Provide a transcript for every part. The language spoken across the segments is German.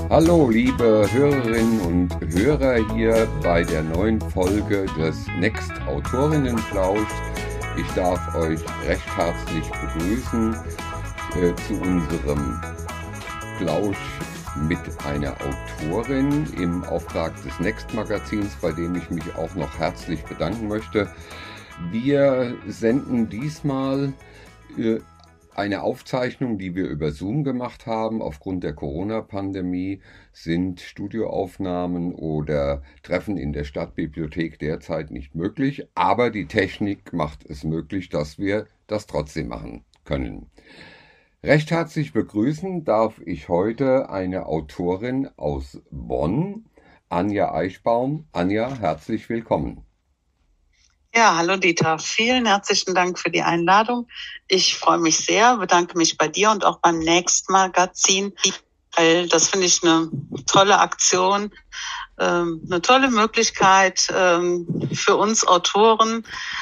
Hallo, liebe Hörerinnen und Hörer hier bei der neuen Folge des Next Autorinnenplausch. Ich darf euch recht herzlich begrüßen zu unserem Plausch mit einer Autorin im Auftrag des Next Magazins, bei dem ich mich auch noch herzlich bedanken möchte. Wir senden diesmal eine Aufzeichnung, die wir über Zoom gemacht haben. Aufgrund der Corona-Pandemie sind Studioaufnahmen oder Treffen in der Stadtbibliothek derzeit nicht möglich, aber die Technik macht es möglich, dass wir das trotzdem machen können. Recht herzlich begrüßen darf ich heute eine Autorin aus Bonn, Anja Eichbaum. Anja, herzlich willkommen. Ja, hallo Dieter. Vielen herzlichen Dank für die Einladung. Ich freue mich sehr, bedanke mich bei dir und auch beim Next Magazin, weil das finde ich eine tolle Aktion, eine tolle Möglichkeit für uns Autoren,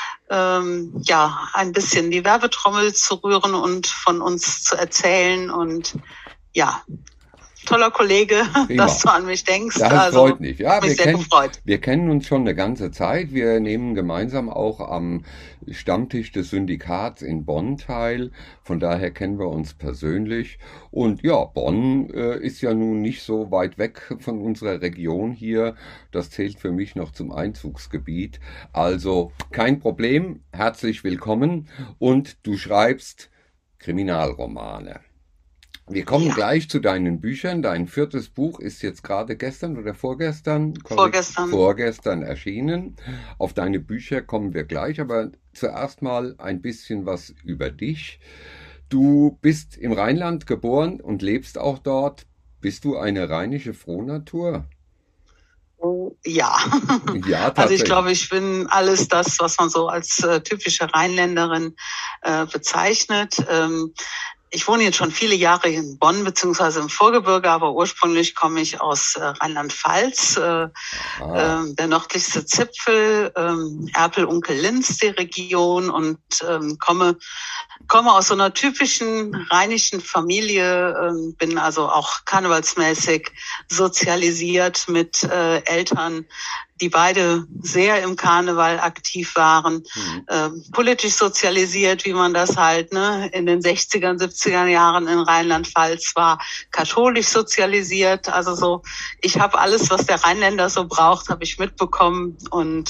ein bisschen die Werbetrommel zu rühren und von uns zu erzählen und ja, toller Kollege, Prima. dass du an mich denkst. Das freut mich. Ja, gefreut. Wir kennen uns schon eine ganze Zeit. Wir nehmen gemeinsam auch am Stammtisch des Syndikats in Bonn teil. Von daher kennen wir uns persönlich. Und ja, Bonn ist ja nun nicht so weit weg von unserer Region hier. Das zählt für mich noch zum Einzugsgebiet. Also kein Problem. Herzlich willkommen. Und du schreibst Kriminalromane. Wir kommen gleich zu deinen Büchern. Dein 4. Buch ist jetzt gerade gestern oder vorgestern? Vorgestern erschienen. Auf deine Bücher kommen wir gleich, aber zuerst mal ein bisschen was über dich. Du bist im Rheinland geboren und lebst auch dort. Bist du eine rheinische Frohnatur? Ja, also ich glaube, ich bin alles das, was man so als typische Rheinländerin bezeichnet. Ich wohne jetzt schon viele Jahre in Bonn beziehungsweise im Vorgebirge, aber ursprünglich komme ich aus Rheinland-Pfalz, der nördlichste Zipfel, Erpel-Unkel-Linz, die Region, und komme aus so einer typischen rheinischen Familie, bin also auch karnevalsmäßig sozialisiert mit Eltern, die beide sehr im Karneval aktiv waren, politisch sozialisiert, wie man das halt in den 60er, 70er Jahren in Rheinland-Pfalz war, katholisch sozialisiert. Also so, ich habe alles, was der Rheinländer so braucht, habe ich mitbekommen und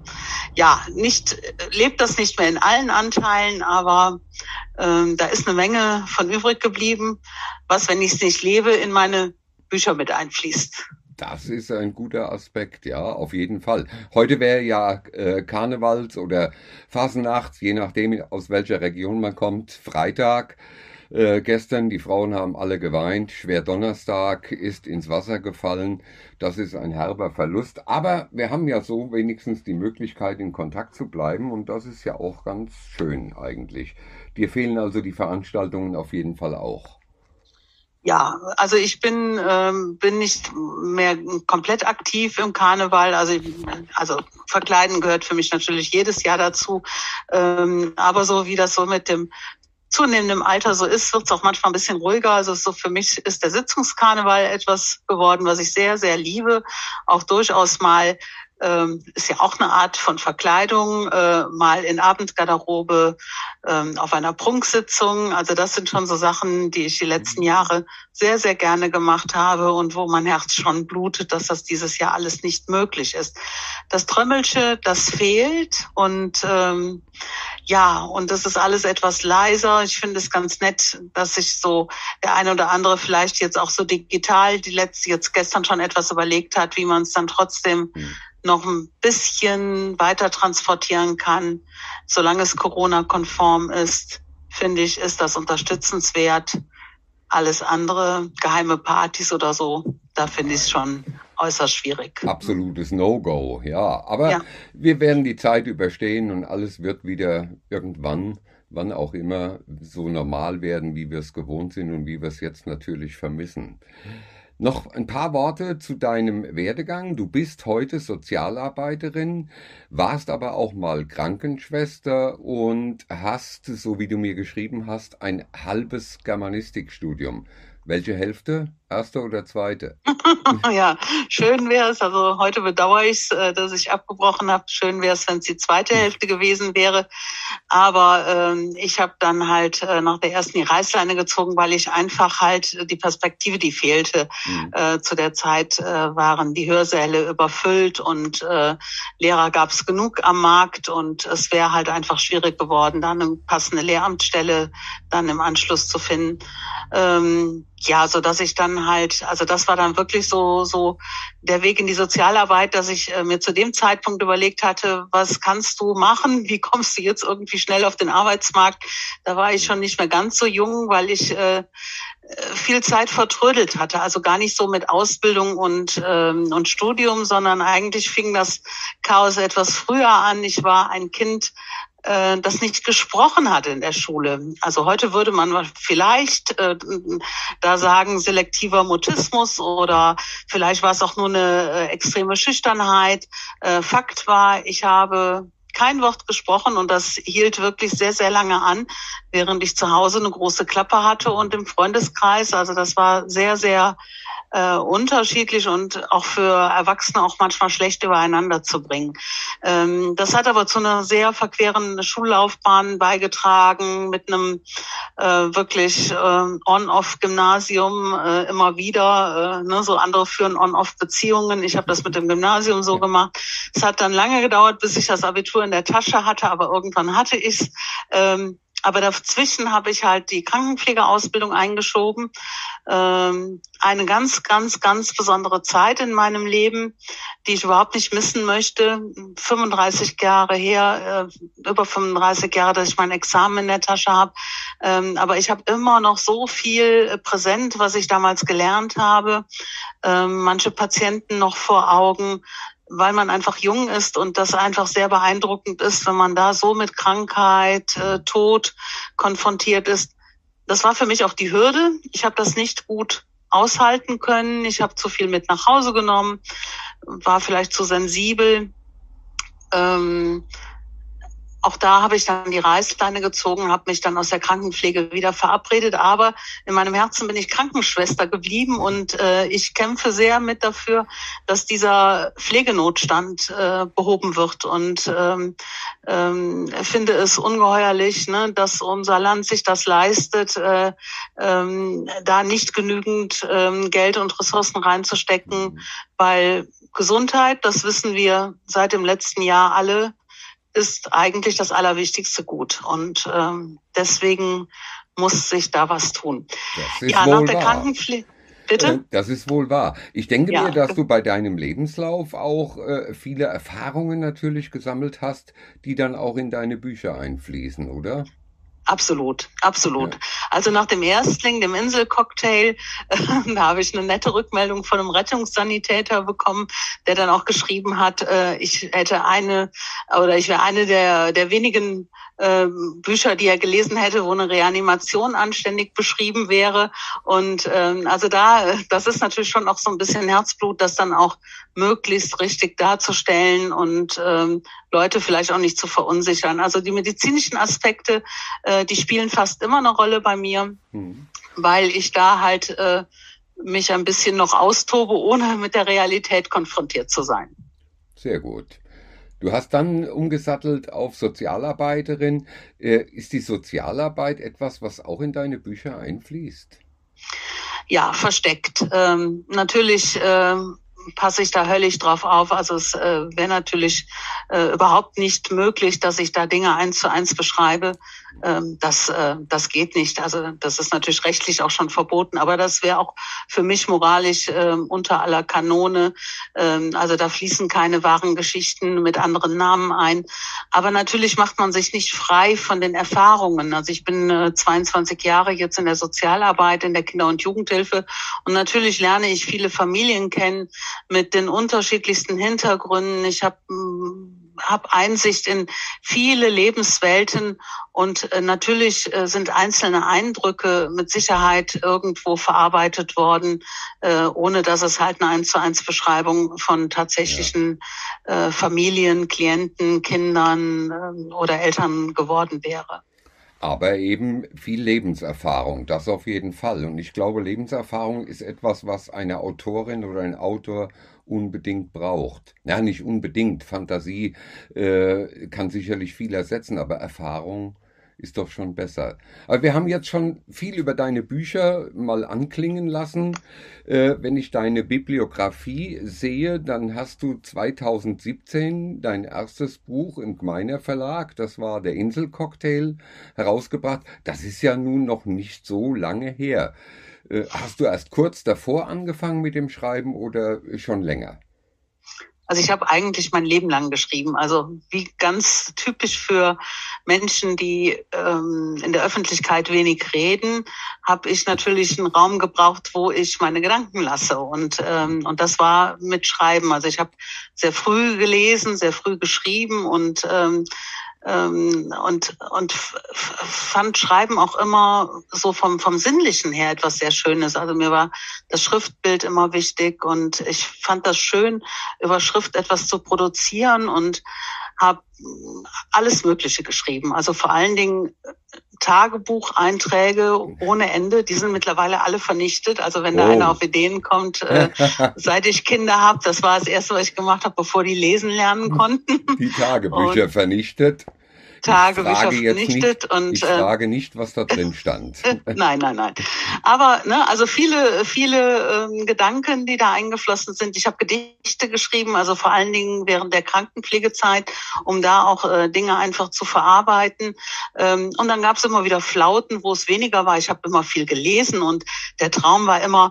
lebt das nicht mehr in allen Anteilen, aber da ist eine Menge von übrig geblieben, was, wenn ich es nicht lebe, in meine Bücher mit einfließt. Das ist ein guter Aspekt, ja, auf jeden Fall. Heute wäre ja Karnevals- oder Fasnachts, je nachdem, aus welcher Region man kommt, Freitag. Gestern, die Frauen haben alle geweint. Schwerdonnerstag ist ins Wasser gefallen. Das ist ein herber Verlust. Aber wir haben ja so wenigstens die Möglichkeit, in Kontakt zu bleiben. Und das ist ja auch ganz schön eigentlich. Dir fehlen also die Veranstaltungen auf jeden Fall auch. Ja, also ich bin nicht mehr komplett aktiv im Karneval. Also Verkleiden gehört für mich natürlich jedes Jahr dazu. Aber so wie das so mit dem zunehmendem Alter so ist, wird es auch manchmal ein bisschen ruhiger. Also so für mich ist der Sitzungskarneval etwas geworden, was ich sehr, sehr liebe. Auch durchaus mal ist ja auch eine Art von Verkleidung, mal in Abendgarderobe, auf einer Prunksitzung. Also das sind schon so Sachen, die ich die letzten Jahre sehr, sehr gerne gemacht habe und wo mein Herz schon blutet, dass das dieses Jahr alles nicht möglich ist. Das Trömmelsche, das fehlt und und das ist alles etwas leiser. Ich finde es ganz nett, dass sich so der eine oder andere vielleicht jetzt auch so digital jetzt gestern schon etwas überlegt hat, wie man es dann trotzdem noch ein bisschen weiter transportieren kann. Solange es Corona-konform ist, finde ich, ist das unterstützenswert. Alles andere, geheime Partys oder so, da finde ich es schon äußerst schwierig. Absolutes No-Go, ja. Aber wir werden die Zeit überstehen und alles wird wieder irgendwann, wann auch immer, so normal werden, wie wir es gewohnt sind und wie wir es jetzt natürlich vermissen. Noch ein paar Worte zu deinem Werdegang. Du bist heute Sozialarbeiterin, warst aber auch mal Krankenschwester und hast, so wie du mir geschrieben hast, ein halbes Germanistikstudium. Welche Hälfte? Erste oder zweite? Ja, schön wäre es. Also heute bedauere ich es, dass ich abgebrochen habe. Schön wäre es, wenn es die zweite Hälfte gewesen wäre. Aber ich habe dann halt nach der ersten die Reißleine gezogen, weil ich einfach halt die Perspektive, die fehlte. Zu der Zeit waren die Hörsäle überfüllt und Lehrer gab es genug am Markt und es wäre halt einfach schwierig geworden, da eine passende Lehramtsstelle dann im Anschluss zu finden. Ja, so dass ich dann halt, also das war dann wirklich so der Weg in die Sozialarbeit, dass ich mir zu dem Zeitpunkt überlegt hatte, was kannst du machen? Wie kommst du jetzt irgendwie schnell auf den Arbeitsmarkt? Da war ich schon nicht mehr ganz so jung, weil ich viel Zeit vertrödelt hatte, also gar nicht so mit Ausbildung und Studium, sondern eigentlich fing das Chaos etwas früher an. Ich war ein Kind, das nicht gesprochen hat in der Schule. Also heute würde man vielleicht da sagen, selektiver Mutismus oder vielleicht war es auch nur eine extreme Schüchternheit. Fakt war, ich habe kein Wort gesprochen und das hielt wirklich sehr, sehr lange an, während ich zu Hause eine große Klappe hatte und im Freundeskreis. Also das war sehr, sehr unterschiedlich und auch für Erwachsene auch manchmal schlecht übereinander zu bringen. Das hat aber zu einer sehr verqueren Schullaufbahn beigetragen, mit einem wirklich On-Off-Gymnasium immer wieder. So andere führen On-Off-Beziehungen. Ich habe das mit dem Gymnasium so gemacht. Es hat dann lange gedauert, bis ich das Abitur in der Tasche hatte, aber irgendwann hatte ich's. Aber dazwischen habe ich halt die Krankenpflegeausbildung eingeschoben. Eine ganz, ganz, ganz besondere Zeit in meinem Leben, die ich überhaupt nicht missen möchte. 35 Jahre her, über 35 Jahre, dass ich mein Examen in der Tasche habe. Aber ich habe immer noch so viel präsent, was ich damals gelernt habe. Manche Patienten noch vor Augen, weil man einfach jung ist und das einfach sehr beeindruckend ist, wenn man da so mit Krankheit, Tod konfrontiert ist. Das war für mich auch die Hürde. Ich habe das nicht gut aushalten können. Ich habe zu viel mit nach Hause genommen, war vielleicht zu sensibel. Auch da habe ich dann die Reißleine gezogen, habe mich dann aus der Krankenpflege wieder verabredet. Aber in meinem Herzen bin ich Krankenschwester geblieben und ich kämpfe sehr mit dafür, dass dieser Pflegenotstand behoben wird. Und finde es ungeheuerlich, dass unser Land sich das leistet, da nicht genügend Geld und Ressourcen reinzustecken, weil Gesundheit, das wissen wir seit dem letzten Jahr alle, ist eigentlich das allerwichtigste Gut. Und deswegen muss sich da was tun. Das ist wohl nach der wahr. Krankenpflege. Bitte? Das ist wohl wahr. Ich denke mir, dass du bei deinem Lebenslauf auch viele Erfahrungen natürlich gesammelt hast, die dann auch in deine Bücher einfließen, oder? Absolut, absolut. Ja. Also nach dem Erstling, dem Inselcocktail, da habe ich eine nette Rückmeldung von einem Rettungssanitäter bekommen, der dann auch geschrieben hat, ich wäre eine der wenigen Bücher, die er gelesen hätte, wo eine Reanimation anständig beschrieben wäre. Und also das ist natürlich schon auch so ein bisschen Herzblut, das dann auch möglichst richtig darzustellen und Leute vielleicht auch nicht zu verunsichern. Also die medizinischen Aspekte, die spielen fast immer eine Rolle bei mir, weil ich da halt mich ein bisschen noch austobe, ohne mit der Realität konfrontiert zu sein. Sehr gut. Du hast dann umgesattelt auf Sozialarbeiterin. Ist die Sozialarbeit etwas, was auch in deine Bücher einfließt? Ja, versteckt. Natürlich passe ich da höllisch drauf auf. Also es wäre natürlich überhaupt nicht möglich, dass ich da Dinge 1:1 beschreibe. Das geht nicht. Also das ist natürlich rechtlich auch schon verboten, aber das wäre auch für mich moralisch unter aller Kanone. Also da fließen keine wahren Geschichten mit anderen Namen ein. Aber natürlich macht man sich nicht frei von den Erfahrungen. Also ich bin 22 Jahre jetzt in der Sozialarbeit, in der Kinder- und Jugendhilfe und natürlich lerne ich viele Familien kennen mit den unterschiedlichsten Hintergründen. Ich habe Einsicht in viele Lebenswelten und natürlich sind einzelne Eindrücke mit Sicherheit irgendwo verarbeitet worden, ohne dass es halt eine 1:1 Beschreibung von tatsächlichen Familien, Klienten, Kindern oder Eltern geworden wäre. Aber eben viel Lebenserfahrung, das auf jeden Fall. Und ich glaube, Lebenserfahrung ist etwas, was eine Autorin oder ein Autor unbedingt braucht. Ja, nicht unbedingt. Fantasie kann sicherlich viel ersetzen, aber Erfahrung ist doch schon besser. Aber wir haben jetzt schon viel über deine Bücher mal anklingen lassen. Wenn ich deine Bibliografie sehe, dann hast du 2017 dein erstes Buch im Gmeiner Verlag, das war der Inselcocktail, herausgebracht. Das ist ja nun noch nicht so lange her. Hast du erst kurz davor angefangen mit dem Schreiben oder schon länger? Also ich habe eigentlich mein Leben lang geschrieben. Also wie ganz typisch für Menschen, die in der Öffentlichkeit wenig reden, habe ich natürlich einen Raum gebraucht, wo ich meine Gedanken lasse. Und das war mit Schreiben. Also ich habe sehr früh gelesen, sehr früh geschrieben und fand Schreiben auch immer so vom Sinnlichen her etwas sehr Schönes. Also mir war das Schriftbild immer wichtig und ich fand das schön, über Schrift etwas zu produzieren und habe alles Mögliche geschrieben. Also vor allen Dingen Tagebucheinträge ohne Ende, die sind mittlerweile alle vernichtet. Also wenn da einer auf Ideen kommt, seit ich Kinder habe, das war das Erste, was ich gemacht habe, bevor die lesen lernen konnten. Die Tagebücher vernichtet. Tagebücher vernichtet ich frage nicht, was da drin stand. Nein. Aber also viele Gedanken, die da eingeflossen sind. Ich habe Gedichte geschrieben, also vor allen Dingen während der Krankenpflegezeit, um da auch Dinge einfach zu verarbeiten. Und dann gab es immer wieder Flauten, wo es weniger war. Ich habe immer viel gelesen und der Traum war immer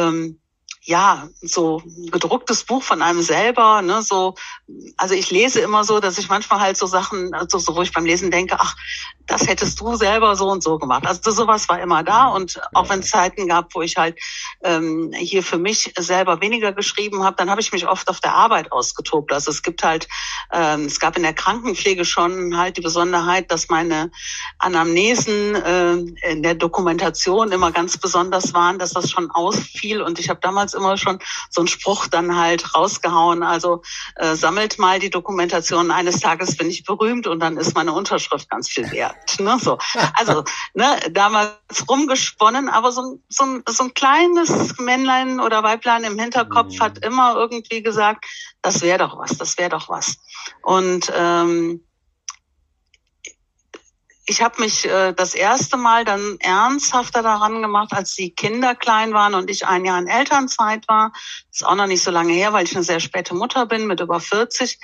so ein gedrucktes Buch von einem selber, ne, so, also ich lese immer so, dass ich manchmal halt so Sachen, also so, wo ich beim Lesen denke, ach, das hättest du selber so und so gemacht. Also sowas war immer da und auch wenn es Zeiten gab, wo ich halt hier für mich selber weniger geschrieben habe, dann habe ich mich oft auf der Arbeit ausgetobt. Also es gab in der Krankenpflege schon halt die Besonderheit, dass meine Anamnesen in der Dokumentation immer ganz besonders waren, dass das schon ausfiel und ich habe damals immer schon so einen Spruch dann halt rausgehauen, also sammelt mal die Dokumentation, eines Tages bin ich berühmt und dann ist meine Unterschrift ganz viel wert. Ne, so. Also damals rumgesponnen, aber so ein kleines Männlein oder Weiblein im Hinterkopf hat immer irgendwie gesagt, das wäre doch was. Und ich habe mich das erste Mal dann ernsthafter daran gemacht, als die Kinder klein waren und ich ein Jahr in Elternzeit war. Das ist auch noch nicht so lange her, weil ich eine sehr späte Mutter bin mit über 40.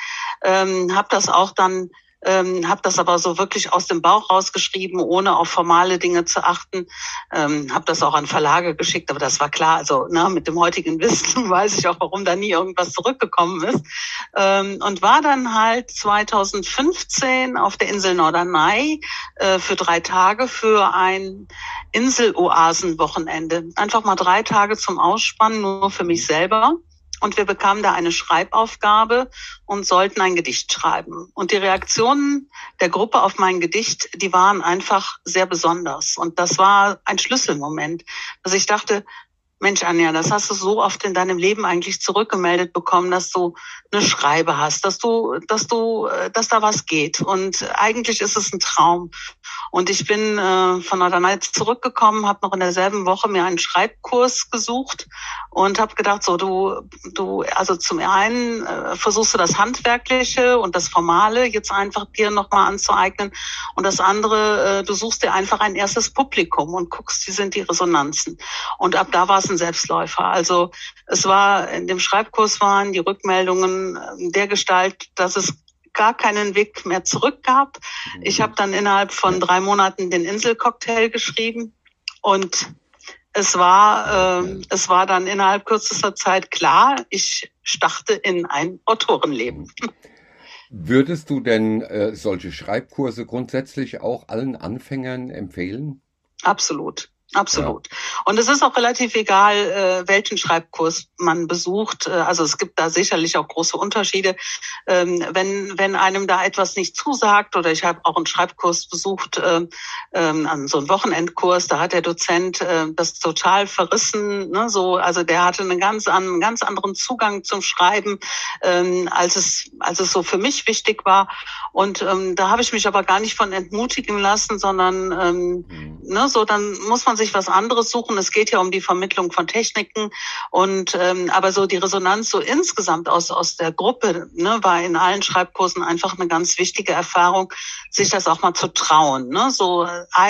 Habe das aber so wirklich aus dem Bauch rausgeschrieben, ohne auf formale Dinge zu achten. Habe das auch an Verlage geschickt, aber das war klar. Also mit dem heutigen Wissen weiß ich auch, warum da nie irgendwas zurückgekommen ist. Und war dann halt 2015 auf der Insel Norderney für 3 Tage für ein Inseloasenwochenende. Einfach mal 3 Tage zum Ausspannen, nur für mich selber. Und wir bekamen da eine Schreibaufgabe und sollten ein Gedicht schreiben. Und die Reaktionen der Gruppe auf mein Gedicht, die waren einfach sehr besonders. Und das war ein Schlüsselmoment, dass ich dachte, Mensch, Anja, das hast du so oft in deinem Leben eigentlich zurückgemeldet bekommen, dass du eine Schreibe hast, dass da was geht. Und eigentlich ist es ein Traum. Und ich bin von Norderney zurückgekommen, habe noch in derselben Woche mir einen Schreibkurs gesucht und habe gedacht, so also zum einen versuchst du das Handwerkliche und das Formale jetzt einfach dir nochmal anzueignen und das andere, du suchst dir einfach ein erstes Publikum und guckst, wie sind die Resonanzen. Und ab da war es ein Selbstläufer. Also in dem Schreibkurs waren die Rückmeldungen dergestalt, dass es gar keinen Weg mehr zurück gab. Ich habe dann innerhalb von 3 Monaten den Inselcocktail geschrieben und es war dann innerhalb kürzester Zeit klar, ich starte in ein Autorenleben. Würdest du denn solche Schreibkurse grundsätzlich auch allen Anfängern empfehlen? Absolut. Absolut. Und es ist auch relativ egal, welchen Schreibkurs man besucht. Also es gibt da sicherlich auch große Unterschiede. Wenn einem da etwas nicht zusagt, oder ich habe auch einen Schreibkurs besucht, an so einen Wochenendkurs, da hat der Dozent das total verrissen, ne, so, also der hatte einen ganz anderen Zugang zum Schreiben, als es so für mich wichtig war. Und da habe ich mich aber gar nicht von entmutigen lassen, sondern ne, so, dann muss man sich was anderes suchen. Es geht ja um die Vermittlung von Techniken und aber so die Resonanz so insgesamt aus der Gruppe, ne, war in allen Schreibkursen einfach eine ganz wichtige Erfahrung, sich das auch mal zu trauen, ne, so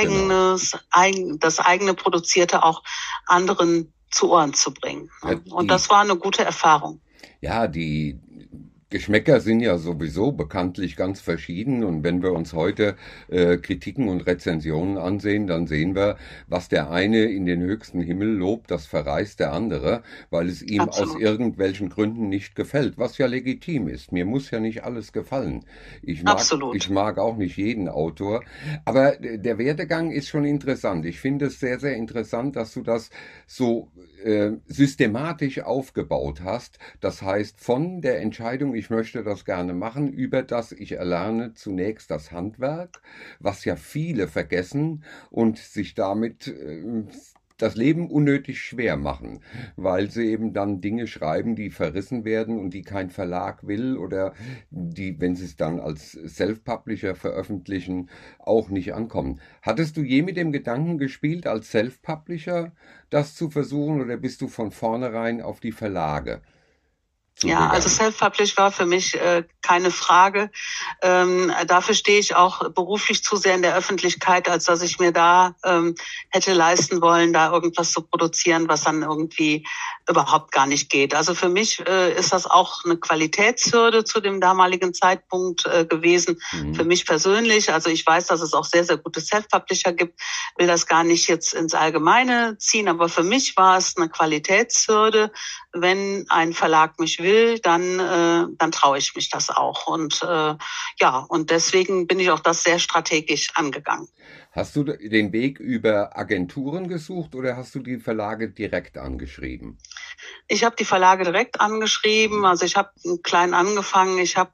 das eigene Produzierte auch anderen zu Ohren zu bringen. Ne? Ja, und das war eine gute Erfahrung. Ja, die Geschmäcker sind ja sowieso bekanntlich ganz verschieden, und wenn wir uns heute Kritiken und Rezensionen ansehen, dann sehen wir, was der eine in den höchsten Himmel lobt, das verreist der andere, weil es ihm aus irgendwelchen Gründen nicht gefällt, was ja legitim ist. Mir muss ja nicht alles gefallen. Ich mag auch nicht jeden Autor, aber der Werdegang ist schon interessant. Ich finde es sehr, sehr interessant, dass du das so systematisch aufgebaut hast. Das heißt, von der Entscheidung, ich möchte das gerne machen, über das ich erlerne zunächst das Handwerk, was ja viele vergessen und sich damit das Leben unnötig schwer machen, weil sie eben dann Dinge schreiben, die verrissen werden und die kein Verlag will, oder die, wenn sie es dann als Self-Publisher veröffentlichen, auch nicht ankommen. Hattest du je mit dem Gedanken gespielt, als Self-Publisher das zu versuchen, oder bist du von vornherein auf die Verlage? Ja, also Self-Publish war für mich keine Frage. Dafür stehe ich auch beruflich zu sehr in der Öffentlichkeit, als dass ich mir da hätte leisten wollen, da irgendwas zu produzieren, was dann irgendwie überhaupt gar nicht geht. Also für mich ist das auch eine Qualitätshürde zu dem damaligen Zeitpunkt gewesen. Für mich persönlich. Also ich weiß, dass es auch sehr, sehr gute Self-Publisher gibt, will das gar nicht jetzt ins Allgemeine ziehen, aber für mich war es eine Qualitätshürde. Wenn ein Verlag mich will, dann traue ich mich das auch. Und und deswegen bin ich auch das sehr strategisch angegangen. Hast du den Weg über Agenturen gesucht, oder hast du die Verlage direkt angeschrieben? Ich habe die Verlage direkt angeschrieben. Also ich habe klein angefangen. Ich habe,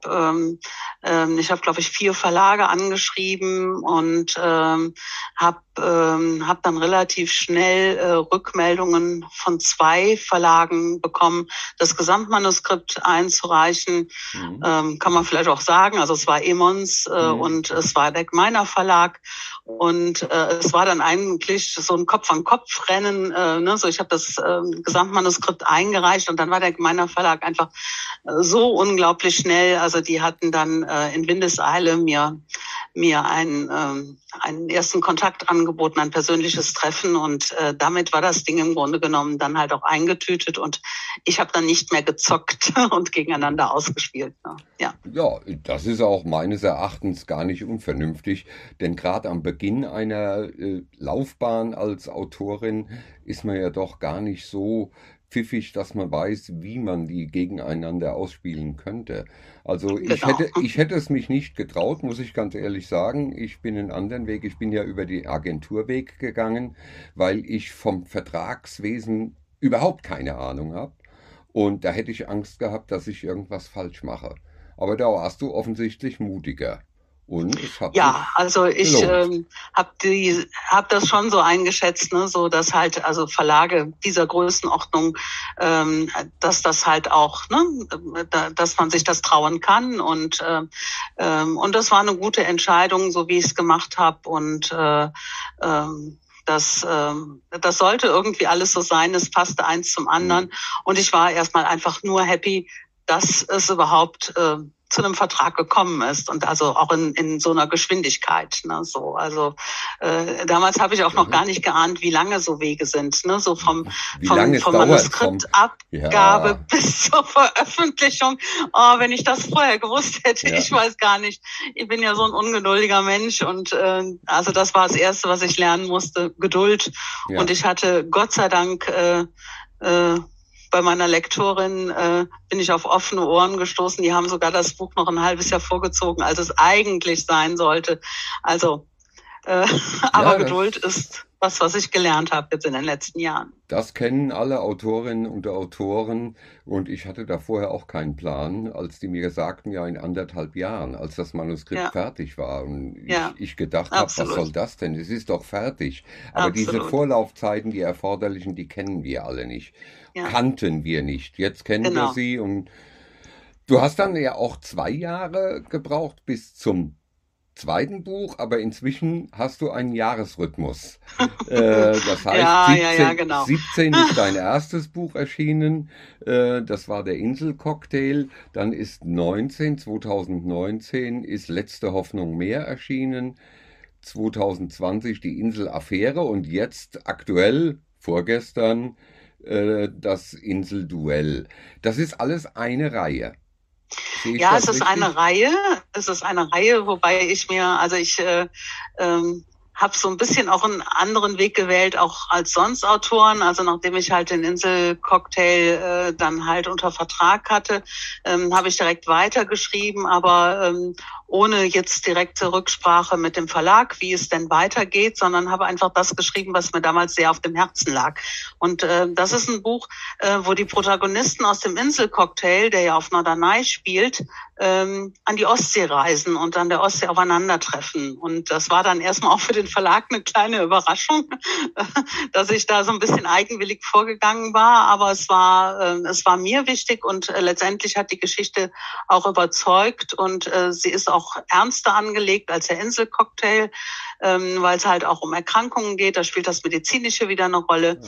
glaube ich, 4 Verlage angeschrieben und habe dann relativ schnell Rückmeldungen von 2 Verlagen bekommen, das Gesamtmanuskript einzureichen. Kann man vielleicht auch sagen. Also es war Emons und es war der Gmeiner Verlag. Und es war dann eigentlich so ein Kopf-an-Kopf-Rennen. Ne? So, ich habe das Gesamtmanuskript eingereicht und dann war der Gmeiner Verlag einfach so unglaublich schnell. Also die hatten dann in Windeseile mir einen ersten Kontakt angeboten, ein persönliches Treffen, und damit war das Ding im Grunde genommen dann halt auch eingetütet, und ich habe dann nicht mehr gezockt und gegeneinander ausgespielt. Ne? Ja, das ist auch meines Erachtens gar nicht unvernünftig, denn gerade am Beginn einer Laufbahn als Autorin ist man ja doch gar nicht so pfiffig, dass man weiß, wie man die gegeneinander ausspielen könnte. Also ich hätte es mich nicht getraut, muss ich ganz ehrlich sagen. Ich bin einen anderen Weg. Ich bin ja über die Agenturweg gegangen, weil ich vom Vertragswesen überhaupt keine Ahnung habe. Und da hätte ich Angst gehabt, dass ich irgendwas falsch mache. Aber da warst du offensichtlich mutiger. Und es hat also ich hab das schon so eingeschätzt, ne, so dass halt also Verlage dieser Größenordnung, dass das halt auch, ne, dass man sich das trauen kann, und das war eine gute Entscheidung, so wie ich es gemacht habe, und das sollte irgendwie alles so sein, es passte eins zum anderen, und ich war erstmal einfach nur happy, dass es überhaupt zu einem Vertrag gekommen ist, und also auch in so einer Geschwindigkeit, ne, so, also damals habe ich auch noch gar nicht geahnt, wie lange so Wege sind, ne, so vom Manuskriptabgabe bis zur Veröffentlichung. Oh, wenn ich das vorher gewusst hätte, ich weiß gar nicht. Ich bin ja so ein ungeduldiger Mensch, und also das war das Erste, was ich lernen musste, Geduld. Und ich hatte Gott sei Dank bei meiner Lektorin bin ich auf offene Ohren gestoßen. Die haben sogar das Buch noch ein halbes Jahr vorgezogen, als es eigentlich sein sollte. Also Äh, Ja, aber Geduld ist was ich gelernt habe jetzt in den letzten Jahren. das kennen alle Autorinnen und Autoren und ich hatte da vorher auch keinen Plan, als die mir sagten, ja in 1,5 Jahren, als das Manuskript Ja, fertig war und ja, ich gedacht habe, was soll absolut, das denn? Es ist doch fertig. Aber diese absolut. Vorlaufzeiten, die erforderlichen, die kennen wir alle nicht. Ja, Kannten wir nicht. Jetzt kennen wir genau. sie und du hast dann ja auch 2 Jahre gebraucht bis zum zweiten Buch, aber inzwischen hast du einen Jahresrhythmus. Das heißt, Ja, genau. 17 ist dein erstes Buch erschienen, das war der Inselcocktail, dann ist 2019 ist Letzte Hoffnung mehr erschienen, 2020 die Inselaffäre und jetzt aktuell, vorgestern, das Inselduell. Das ist alles eine Reihe. Sehe ich Ja, es das ist eine richtig? Reihe. Es ist eine Reihe, wobei ich habe so ein bisschen auch einen anderen Weg gewählt, auch als sonst Autoren. Also nachdem ich halt den Inselcocktail dann halt unter Vertrag hatte, habe ich direkt weitergeschrieben, aber ohne jetzt direkte Rücksprache mit dem Verlag, wie es denn weitergeht, sondern habe einfach das geschrieben, was mir damals sehr auf dem Herzen lag. Und das ist ein Buch, wo die Protagonisten aus dem Inselcocktail, der ja auf Norderney spielt, an die Ostsee reisen und an der Ostsee aufeinandertreffen. Und das war dann erstmal auch für den Verlag eine kleine Überraschung, dass ich da so ein bisschen eigenwillig vorgegangen war. Aber es war mir wichtig und letztendlich hat die Geschichte auch überzeugt und sie ist auch ernster angelegt als der Inselcocktail, weil es halt auch um Erkrankungen geht. Da spielt das Medizinische wieder eine Rolle.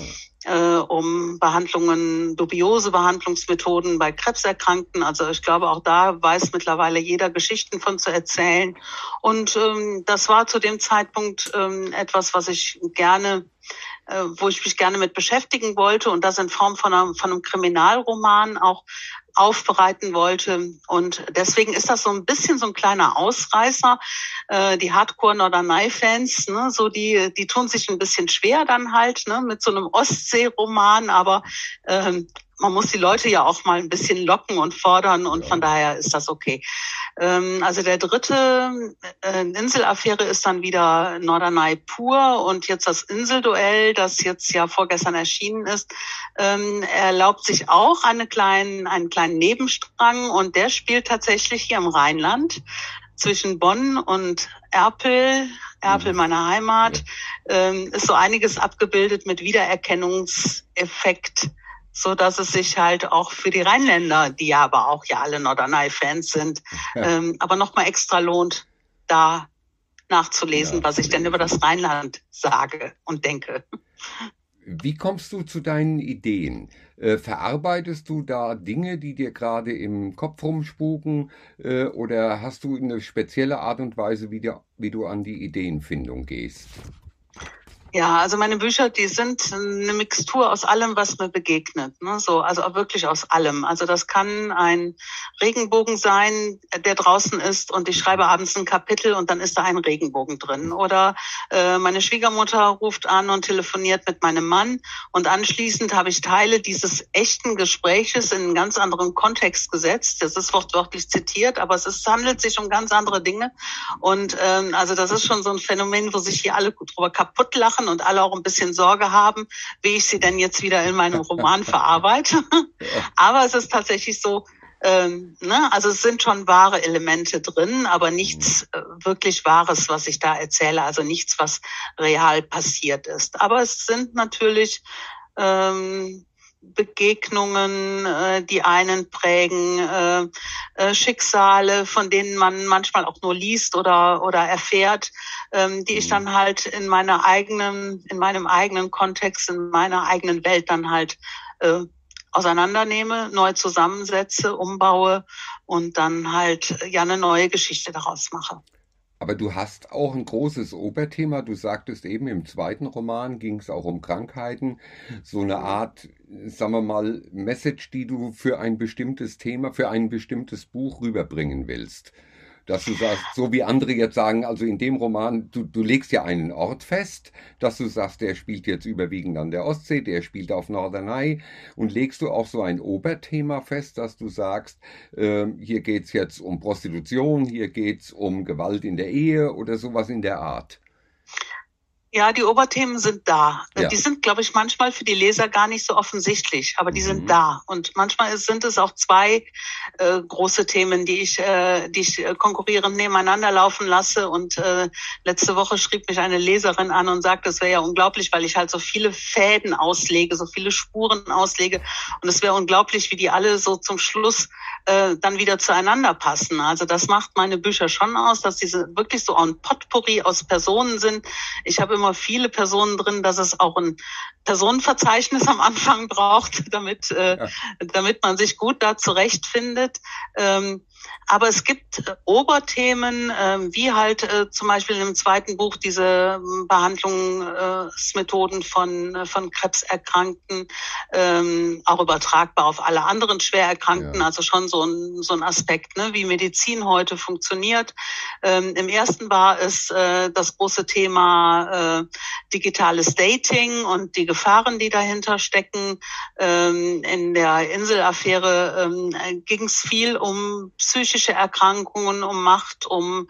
Um Behandlungen, dubiose Behandlungsmethoden bei Krebserkrankten. Also ich glaube, auch da weiß mittlerweile jeder Geschichten von zu erzählen. Und das war zu dem Zeitpunkt etwas, was ich gerne wo ich mich gerne mit beschäftigen wollte und das in Form von einem Kriminalroman auch aufbereiten wollte. Und deswegen ist das so ein bisschen so ein kleiner Ausreißer. Die Hardcore-Norderney-Fans, ne, so die tun sich ein bisschen schwer dann halt, ne, mit so einem Ostsee-Roman, aber man muss die Leute ja auch mal ein bisschen locken und fordern und Ja. von daher ist das okay. Also der dritte Inselaffäre ist dann wieder Norderney pur und jetzt das Inselduell, das jetzt ja vorgestern erschienen ist, erlaubt sich auch einen kleinen Nebenstrang und der spielt tatsächlich hier im Rheinland zwischen Bonn und Erpel, meine Heimat, ist so einiges abgebildet mit Wiedererkennungseffekt, so dass es sich halt auch für die Rheinländer, die ja aber auch ja alle Norderney-Fans sind, aber nochmal extra lohnt, da nachzulesen, was ich denn über das Rheinland sage und denke. Wie kommst du zu deinen Ideen? Verarbeitest du da Dinge, die dir gerade im Kopf rumspuken, oder hast du eine spezielle Art und Weise, wie du an die Ideenfindung gehst? Ja, also meine Bücher, die sind eine Mixtur aus allem, was mir begegnet, ne? So, also auch wirklich aus allem. Also das kann ein Regenbogen sein, der draußen ist und ich schreibe abends ein Kapitel und dann ist da ein Regenbogen drin. Oder meine Schwiegermutter ruft an und telefoniert mit meinem Mann und anschließend habe ich Teile dieses echten Gespräches in einen ganz anderen Kontext gesetzt. Das ist wortwörtlich zitiert, aber es handelt sich um ganz andere Dinge. Und also das ist schon so ein Phänomen, wo sich hier alle drüber kaputt lachen und alle auch ein bisschen Sorge haben, wie ich sie denn jetzt wieder in meinem Roman verarbeite. Aber es ist tatsächlich so, ne? Also es sind schon wahre Elemente drin, aber nichts wirklich Wahres, was ich da erzähle. Also nichts, was real passiert ist. Aber es sind natürlich Begegnungen, die einen prägen, Schicksale, von denen man manchmal auch nur liest oder erfährt, die ich dann halt in meinem eigenen Kontext, in meiner eigenen Welt dann halt auseinandernehme, neu zusammensetze, umbaue und dann halt ja eine neue Geschichte daraus mache. Aber du hast auch ein großes Oberthema. Du sagtest eben, im zweiten Roman ging es auch um Krankheiten. So eine Art, sagen wir mal, Message, die du für ein bestimmtes Thema, für ein bestimmtes Buch rüberbringen willst. Dass du sagst, so wie andere jetzt sagen, also in dem Roman, du legst ja einen Ort fest, dass du sagst, der spielt jetzt überwiegend an der Ostsee, der spielt auf Norderney, und legst du auch so ein Oberthema fest, dass du sagst, hier geht's jetzt um Prostitution, hier geht's um Gewalt in der Ehe oder sowas in der Art. Ja, die Oberthemen sind da. Ja. Die sind, glaube ich, manchmal für die Leser gar nicht so offensichtlich, aber die sind Mhm. da. Und manchmal sind es auch zwei große Themen, die ich konkurrierend nebeneinander laufen lasse. Und letzte Woche schrieb mich eine Leserin an und sagte, es wäre ja unglaublich, weil ich halt so viele Fäden auslege, so viele Spuren auslege. Und es wäre unglaublich, wie die alle so zum Schluss dann wieder zueinander passen. Also das macht meine Bücher schon aus, dass diese wirklich so ein Potpourri aus Personen sind. Ich habe immer viele Personen drin, dass es auch ein Personenverzeichnis am Anfang braucht, damit man sich gut da zurechtfindet. Aber es gibt Oberthemen, wie halt zum Beispiel im zweiten Buch diese Behandlungsmethoden von Krebserkrankten, auch übertragbar auf alle anderen Schwererkrankten, also schon so ein Aspekt, ne, wie Medizin heute funktioniert. Im ersten war es das große Thema digitales Dating und die Gefahren, die dahinter stecken. In der Insel-Affäre ging es viel um psychische Erkrankungen, um Macht, um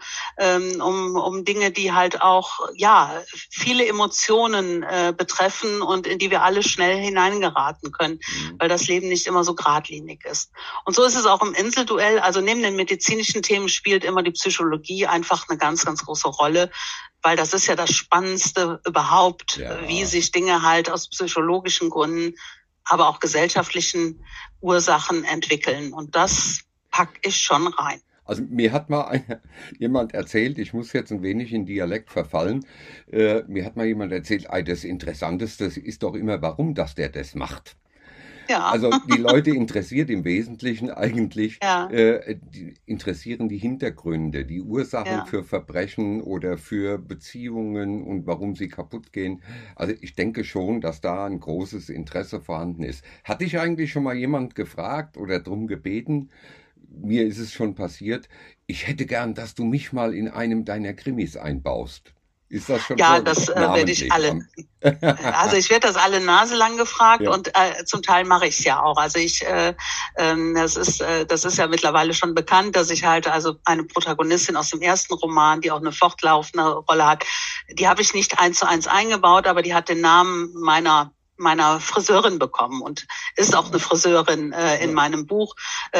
Dinge, die halt auch viele Emotionen betreffen und in die wir alle schnell hineingeraten können, weil das Leben nicht immer so geradlinig ist. Und so ist es auch im Inselduell. Also neben den medizinischen Themen spielt immer die Psychologie einfach eine ganz, ganz große Rolle, weil das ist ja das Spannendste überhaupt, wie sich Dinge halt aus psychologischen Gründen, aber auch gesellschaftlichen Ursachen entwickeln. Und das pack ich schon rein. Also mir hat mal jemand erzählt, ich muss jetzt ein wenig in Dialekt verfallen, mir hat mal jemand erzählt, das Interessanteste ist doch immer, warum dass der das macht. Ja. Also die Leute interessiert im Wesentlichen eigentlich, interessieren die Hintergründe, die Ursachen für Verbrechen oder für Beziehungen und warum sie kaputt gehen. Also ich denke schon, dass da ein großes Interesse vorhanden ist. Hat dich eigentlich schon mal jemand gefragt oder drum gebeten? Mir ist es schon passiert, ich hätte gern, dass du mich mal in einem deiner Krimis einbaust. Ist das schon so? Das werde ich alle. Also ich werde das alle naselang gefragt und zum Teil mache ich es ja auch. Also das ist ja mittlerweile schon bekannt, dass ich halt also eine Protagonistin aus dem ersten Roman, die auch eine fortlaufende Rolle hat, die habe ich nicht 1:1 eingebaut, aber die hat den Namen meiner Friseurin bekommen und ist auch eine Friseurin in meinem Buch.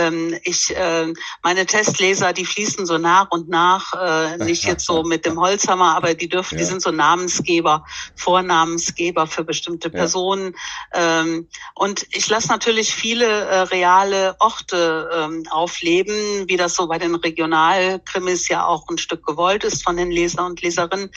Meine Testleser, die fließen so nach und nach, nicht jetzt so mit dem Holzhammer, aber die sind so Namensgeber, Vornamensgeber für bestimmte Personen. Und ich lasse natürlich viele reale Orte aufleben, wie das so bei den Regionalkrimis ja auch ein Stück gewollt ist von den Leser und Leserinnen.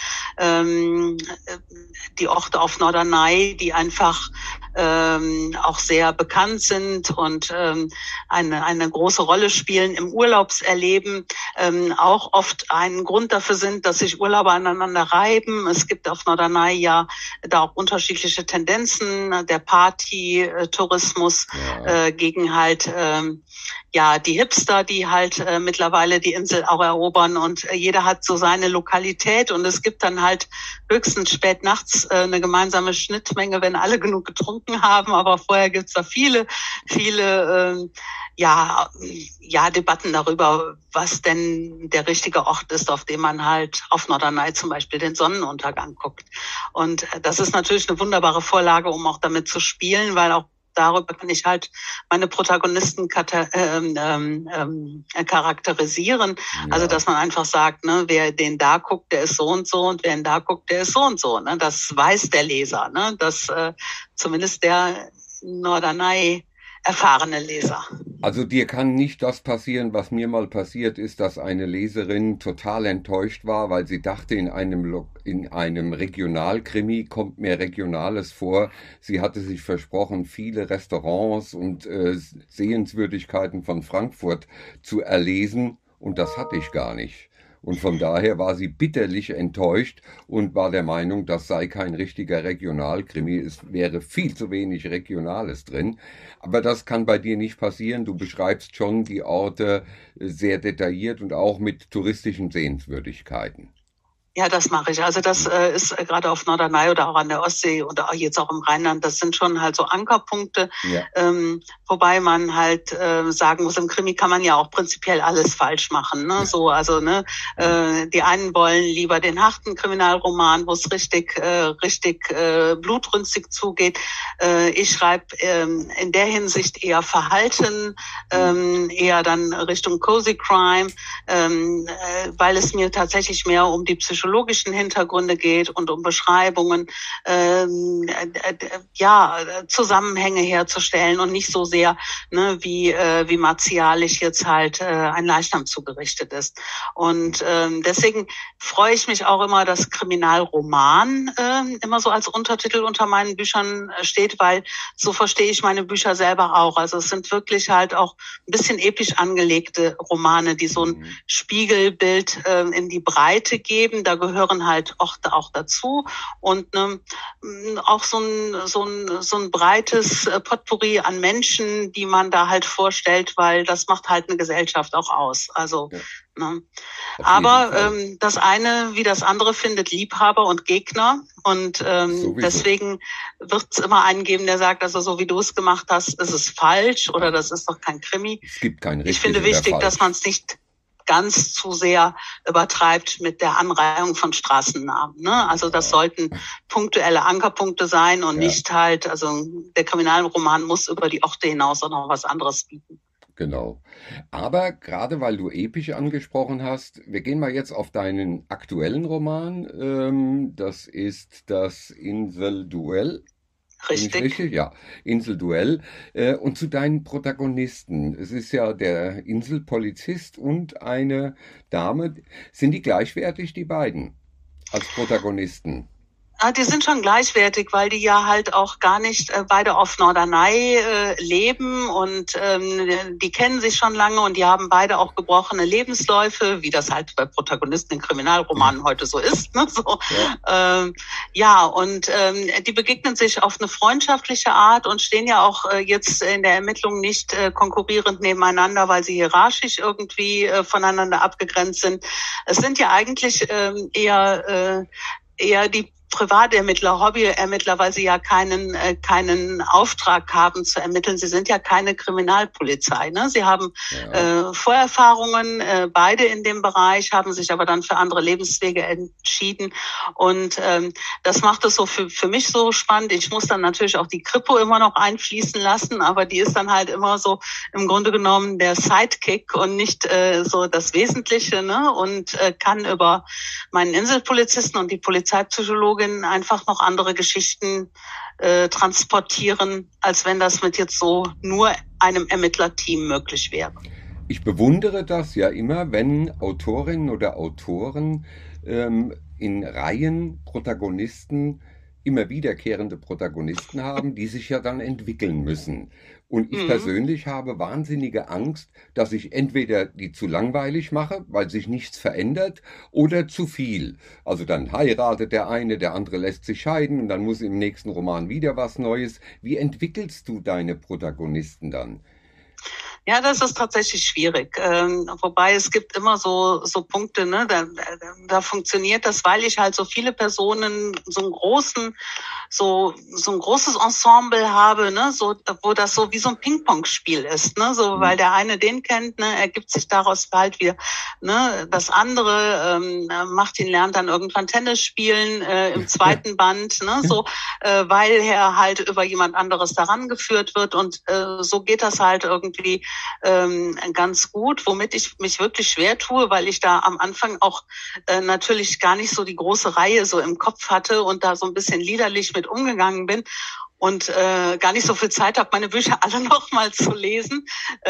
Die Orte auf Norderney, die einfach auch sehr bekannt sind und eine große Rolle spielen im Urlaubserleben, auch oft ein Grund dafür sind, dass sich Urlauber aneinander reiben. Es gibt auf Norderney ja da auch unterschiedliche Tendenzen, der Party-Tourismus gegen halt die Hipster, die halt mittlerweile die Insel auch erobern und jeder hat so seine Lokalität und es gibt dann halt höchstens spät nachts eine gemeinsame Schnittmenge, wenn alle genug getrunken haben, aber vorher gibt's da viele Debatten darüber, was denn der richtige Ort ist, auf dem man halt auf Norderney zum Beispiel den Sonnenuntergang guckt. Und das ist natürlich eine wunderbare Vorlage, um auch damit zu spielen, weil auch darüber kann ich halt meine Protagonisten charakterisieren. Also, dass man einfach sagt, ne, wer den da guckt, der ist so und so und wer den da guckt, der ist so und so. Ne? Das weiß der Leser, ne? Das zumindest der Norderney erfahrene Leser. Also dir kann nicht das passieren, was mir mal passiert ist, dass eine Leserin total enttäuscht war, weil sie dachte, in einem Regionalkrimi kommt mehr Regionales vor. Sie hatte sich versprochen, viele Restaurants und Sehenswürdigkeiten von Frankfurt zu erlesen und das hatte ich gar nicht. Und von daher war sie bitterlich enttäuscht und war der Meinung, das sei kein richtiger Regionalkrimi. Es wäre viel zu wenig Regionales drin. Aber das kann bei dir nicht passieren. Du beschreibst schon die Orte sehr detailliert und auch mit touristischen Sehenswürdigkeiten. Ja, das mache ich. Also das ist gerade auf Norderney oder auch an der Ostsee und auch jetzt auch im Rheinland, das sind schon halt so Ankerpunkte, Ja. Wobei man halt sagen muss, im Krimi kann man ja auch prinzipiell alles falsch machen. Ne? So, also die einen wollen lieber den harten Kriminalroman, wo es richtig blutrünstig zugeht. Ich schreibe in der Hinsicht eher Verhalten, eher dann Richtung Cozy Crime, weil es mir tatsächlich mehr um die psychologischen Hintergründe geht und um Beschreibungen, Zusammenhänge herzustellen und nicht so sehr, wie martialisch jetzt halt ein Leichnam zugerichtet ist. Und deswegen freue ich mich auch immer, dass Kriminalroman immer so als Untertitel unter meinen Büchern steht, weil so verstehe ich meine Bücher selber auch. Also es sind wirklich halt auch ein bisschen episch angelegte Romane, die so ein Spiegelbild in die Breite geben. Da gehören halt Orte auch dazu und auch so ein breites Potpourri an Menschen, die man da halt vorstellt, weil das macht halt eine Gesellschaft auch aus. Also, ja. Ne? Aber das eine wie das andere findet Liebhaber und Gegner und deswegen wird es immer einen geben, der sagt, also so wie du es gemacht hast, ist es falsch oder das ist doch kein Krimi. Es gibt kein richtig. Ich finde wichtig, dass man es nicht ganz zu sehr übertreibt mit der Anreihung von Straßennamen. Ne? Also das sollten punktuelle Ankerpunkte sein und nicht halt, also der Kriminalroman muss über die Orte hinaus auch noch was anderes bieten. Genau. Aber gerade weil du episch angesprochen hast, wir gehen mal jetzt auf deinen aktuellen Roman. Das ist das Inselduell. Richtig. Ja, Inselduell. Und zu deinen Protagonisten. Es ist ja der Inselpolizist und eine Dame. Sind die gleichwertig, die beiden, als Protagonisten? Die sind schon gleichwertig, weil die ja halt auch gar nicht beide auf Norderney leben und die kennen sich schon lange und die haben beide auch gebrochene Lebensläufe, wie das halt bei Protagonisten in Kriminalromanen heute so ist. Ne? So. Und die begegnen sich auf eine freundschaftliche Art und stehen ja auch jetzt in der Ermittlung nicht konkurrierend nebeneinander, weil sie hierarchisch irgendwie voneinander abgegrenzt sind. Es sind ja eigentlich eher die Privatermittler, Hobbyermittler, weil sie ja keinen Auftrag haben zu ermitteln. Sie sind ja keine Kriminalpolizei. Ne? Sie haben Vorerfahrungen, beide in dem Bereich, haben sich aber dann für andere Lebenswege entschieden. Und das macht es so für mich so spannend. Ich muss dann natürlich auch die Kripo immer noch einfließen lassen, aber die ist dann halt immer so im Grunde genommen der Sidekick und nicht so das Wesentliche. Ne? Und kann über meinen Inselpolizisten und die Polizeipsychologin einfach noch andere Geschichten transportieren, als wenn das mit jetzt so nur einem Ermittlerteam möglich wäre. Ich bewundere das ja immer, wenn Autorinnen oder Autoren in Reihen Protagonisten, immer wiederkehrende Protagonisten haben, die sich ja dann entwickeln müssen. Und ich persönlich habe wahnsinnige Angst, dass ich entweder die zu langweilig mache, weil sich nichts verändert, oder zu viel. Also dann heiratet der eine, der andere lässt sich scheiden und dann muss im nächsten Roman wieder was Neues. Wie entwickelst du deine Protagonisten dann? Ja, das ist tatsächlich schwierig. Wobei es gibt immer so Punkte, ne, da funktioniert das, weil ich halt so viele Personen, so ein großes Ensemble habe, ne, so, wo das so wie so ein Ping-Pong-Spiel ist, ne, so, weil der eine den kennt, ne, ergibt sich daraus bald wieder, ne, das andere, Martin lernt dann irgendwann Tennis spielen, im zweiten Band, ne, so, weil er halt über jemand anderes daran geführt wird und so geht das halt irgendwie ganz gut, womit ich mich wirklich schwer tue, weil ich da am Anfang auch natürlich gar nicht so die große Reihe so im Kopf hatte und da so ein bisschen liederlich mit umgegangen bin und gar nicht so viel Zeit habe, meine Bücher alle nochmal zu lesen,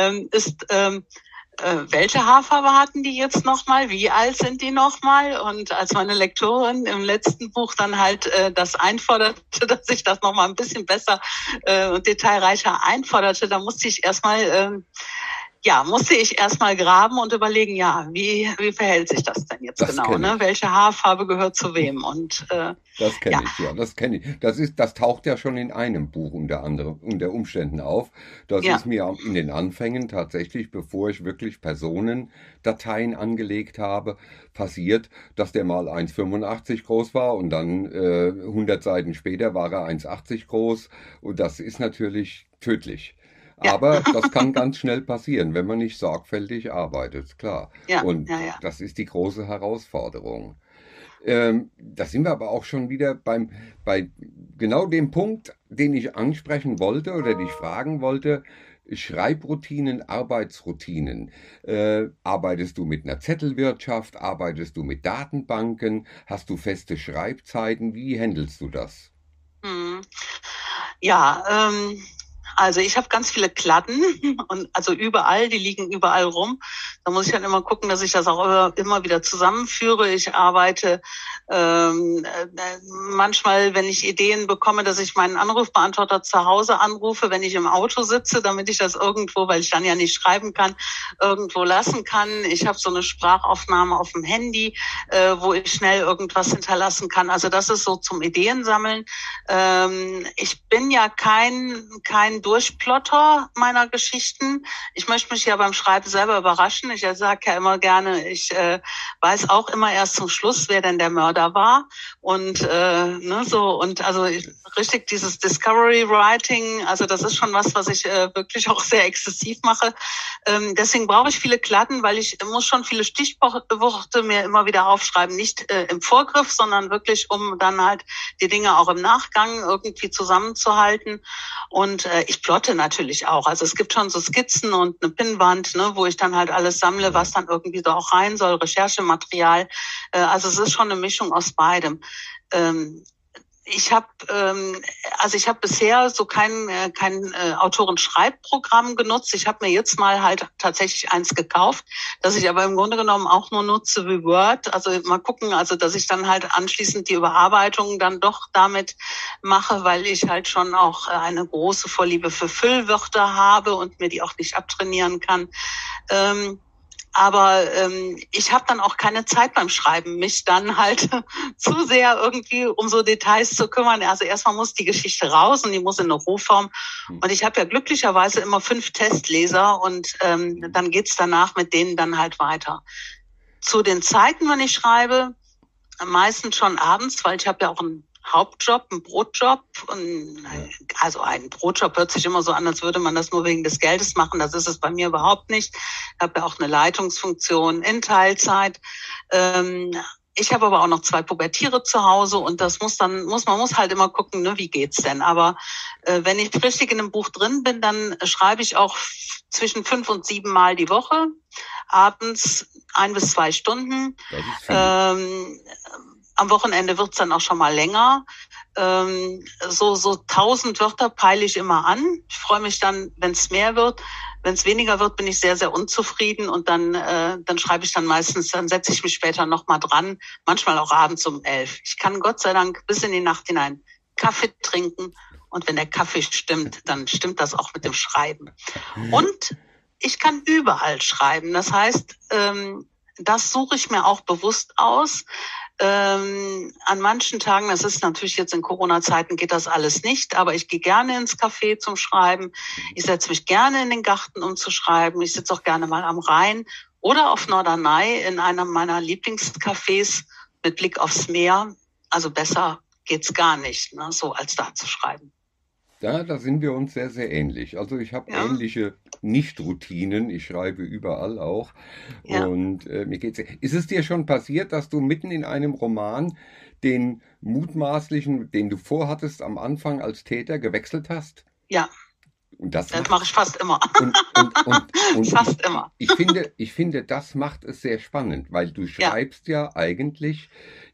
welche Haarfarbe hatten die jetzt nochmal? Wie alt sind die nochmal? Und als meine Lektorin im letzten Buch dann halt das einforderte, dass ich das nochmal ein bisschen besser und detailreicher einforderte, da musste ich erstmal ja, musste ich erstmal graben und überlegen, ja, wie verhält sich das denn jetzt Das genau, kenne ne? ich. Welche Haarfarbe gehört zu wem? Und Das ja, kenne ich, ja, das kenne ich. Das taucht ja schon in einem Buch unter Umständen auf. Das ist ja, mir in den Anfängen tatsächlich, bevor ich wirklich Personendateien angelegt habe, passiert, dass der mal 1,85 groß war und dann 100 Seiten später war er 1,80 groß und das ist natürlich tödlich. ja, Aber das kann ganz schnell passieren, wenn man nicht sorgfältig arbeitet, klar. ja, Und ja, ja. das ist die große Herausforderung. Da sind wir aber auch schon wieder bei genau dem Punkt, den ich ansprechen wollte oder dich fragen wollte. Schreibroutinen, Arbeitsroutinen. Arbeitest du mit einer Zettelwirtschaft? Arbeitest du mit Datenbanken? Hast du feste Schreibzeiten? Wie handelst du das? Hm. Ja, also ich habe ganz viele Kladden und also überall, die liegen überall rum. Da muss ich dann immer gucken, dass ich das auch immer wieder zusammenführe. Ich arbeite manchmal, wenn ich Ideen bekomme, dass ich meinen Anrufbeantworter zu Hause anrufe, wenn ich im Auto sitze, damit ich das irgendwo, weil ich dann ja nicht schreiben kann, irgendwo lassen kann. Ich habe so eine Sprachaufnahme auf dem Handy, wo ich schnell irgendwas hinterlassen kann. Also das ist so zum Ideensammeln. Ich bin ja kein Durchplotter meiner Geschichten. Ich möchte mich ja beim Schreiben selber überraschen. Ich sage ja immer gerne, ich weiß auch immer erst zum Schluss, wer denn der Mörder war. Und ne, so und also richtig dieses Discovery Writing, also das ist schon was ich wirklich auch sehr exzessiv mache. Deswegen brauche ich viele Kladden, weil ich muss schon viele Stichworte mir immer wieder aufschreiben, nicht im Vorgriff, sondern wirklich, um dann halt die Dinge auch im Nachgang irgendwie zusammenzuhalten. Und ich plotte natürlich auch. Also es gibt schon so Skizzen und eine Pinnwand, ne, wo ich dann halt alles sammle, was dann irgendwie da auch rein soll, Recherchematerial. Also es ist schon eine Mischung aus beidem. Ich habe ich habe bisher so kein Autorenschreibprogramm genutzt. Ich habe mir jetzt mal halt tatsächlich eins gekauft, das ich aber im Grunde genommen auch nur nutze wie Word. Also mal gucken, also dass ich dann halt anschließend die Überarbeitung dann doch damit mache, weil ich halt schon auch eine große Vorliebe für Füllwörter habe und mir die auch nicht abtrainieren kann. Aber ich habe dann auch keine Zeit beim Schreiben, mich dann halt zu sehr irgendwie um so Details zu kümmern. Also erstmal muss die Geschichte raus und die muss in eine Rohform. Und ich habe ja glücklicherweise immer 5 Testleser und dann geht's danach mit denen dann halt weiter. Zu den Zeiten, wenn ich schreibe, meistens schon abends, weil ich habe ja auch einen Hauptjob, einen Brotjob. Und, also ein Brotjob hört sich immer so an, als würde man das nur wegen des Geldes machen. Das ist es bei mir überhaupt nicht. Ich habe ja auch eine Leitungsfunktion in Teilzeit. Ich habe aber auch noch 2 Pubertiere zu Hause und das man muss halt immer gucken, ne, wie geht's denn. Aber wenn ich richtig in einem Buch drin bin, dann schreibe ich auch zwischen 5 und 7 Mal die Woche, abends 1 bis 2 Stunden. Das ist viel. Am Wochenende wird's dann auch schon mal länger. So 1000 Wörter peile ich immer an. Ich freue mich dann, wenn es mehr wird. Wenn es weniger wird, bin ich sehr, sehr unzufrieden und dann schreibe ich dann meistens, dann setze ich mich später nochmal dran, manchmal auch abends um 11. Ich kann Gott sei Dank bis in die Nacht hinein Kaffee trinken und wenn der Kaffee stimmt, dann stimmt das auch mit dem Schreiben. Und ich kann überall schreiben. Das heißt, das suche ich mir auch bewusst aus. An manchen Tagen, das ist natürlich jetzt in Corona-Zeiten, geht das alles nicht, aber ich gehe gerne ins Café zum Schreiben. Ich setze mich gerne in den Garten, um zu schreiben. Ich sitze auch gerne mal am Rhein oder auf Norderney in einem meiner Lieblingscafés mit Blick aufs Meer. Also besser geht's gar nicht, ne, so als da zu schreiben. Ja, da sind wir uns sehr, sehr ähnlich. Also ich habe Ja, ähnliche Nicht-Routinen. Ich schreibe überall auch. ja. Und mir geht's. Ist es dir schon passiert, dass du mitten in einem Roman den mutmaßlichen, den du vorhattest, am Anfang als Täter gewechselt hast? Ja, Und das das macht mache ich fast immer. und Fast immer. ich finde, das macht es sehr spannend, weil du Ja, schreibst ja eigentlich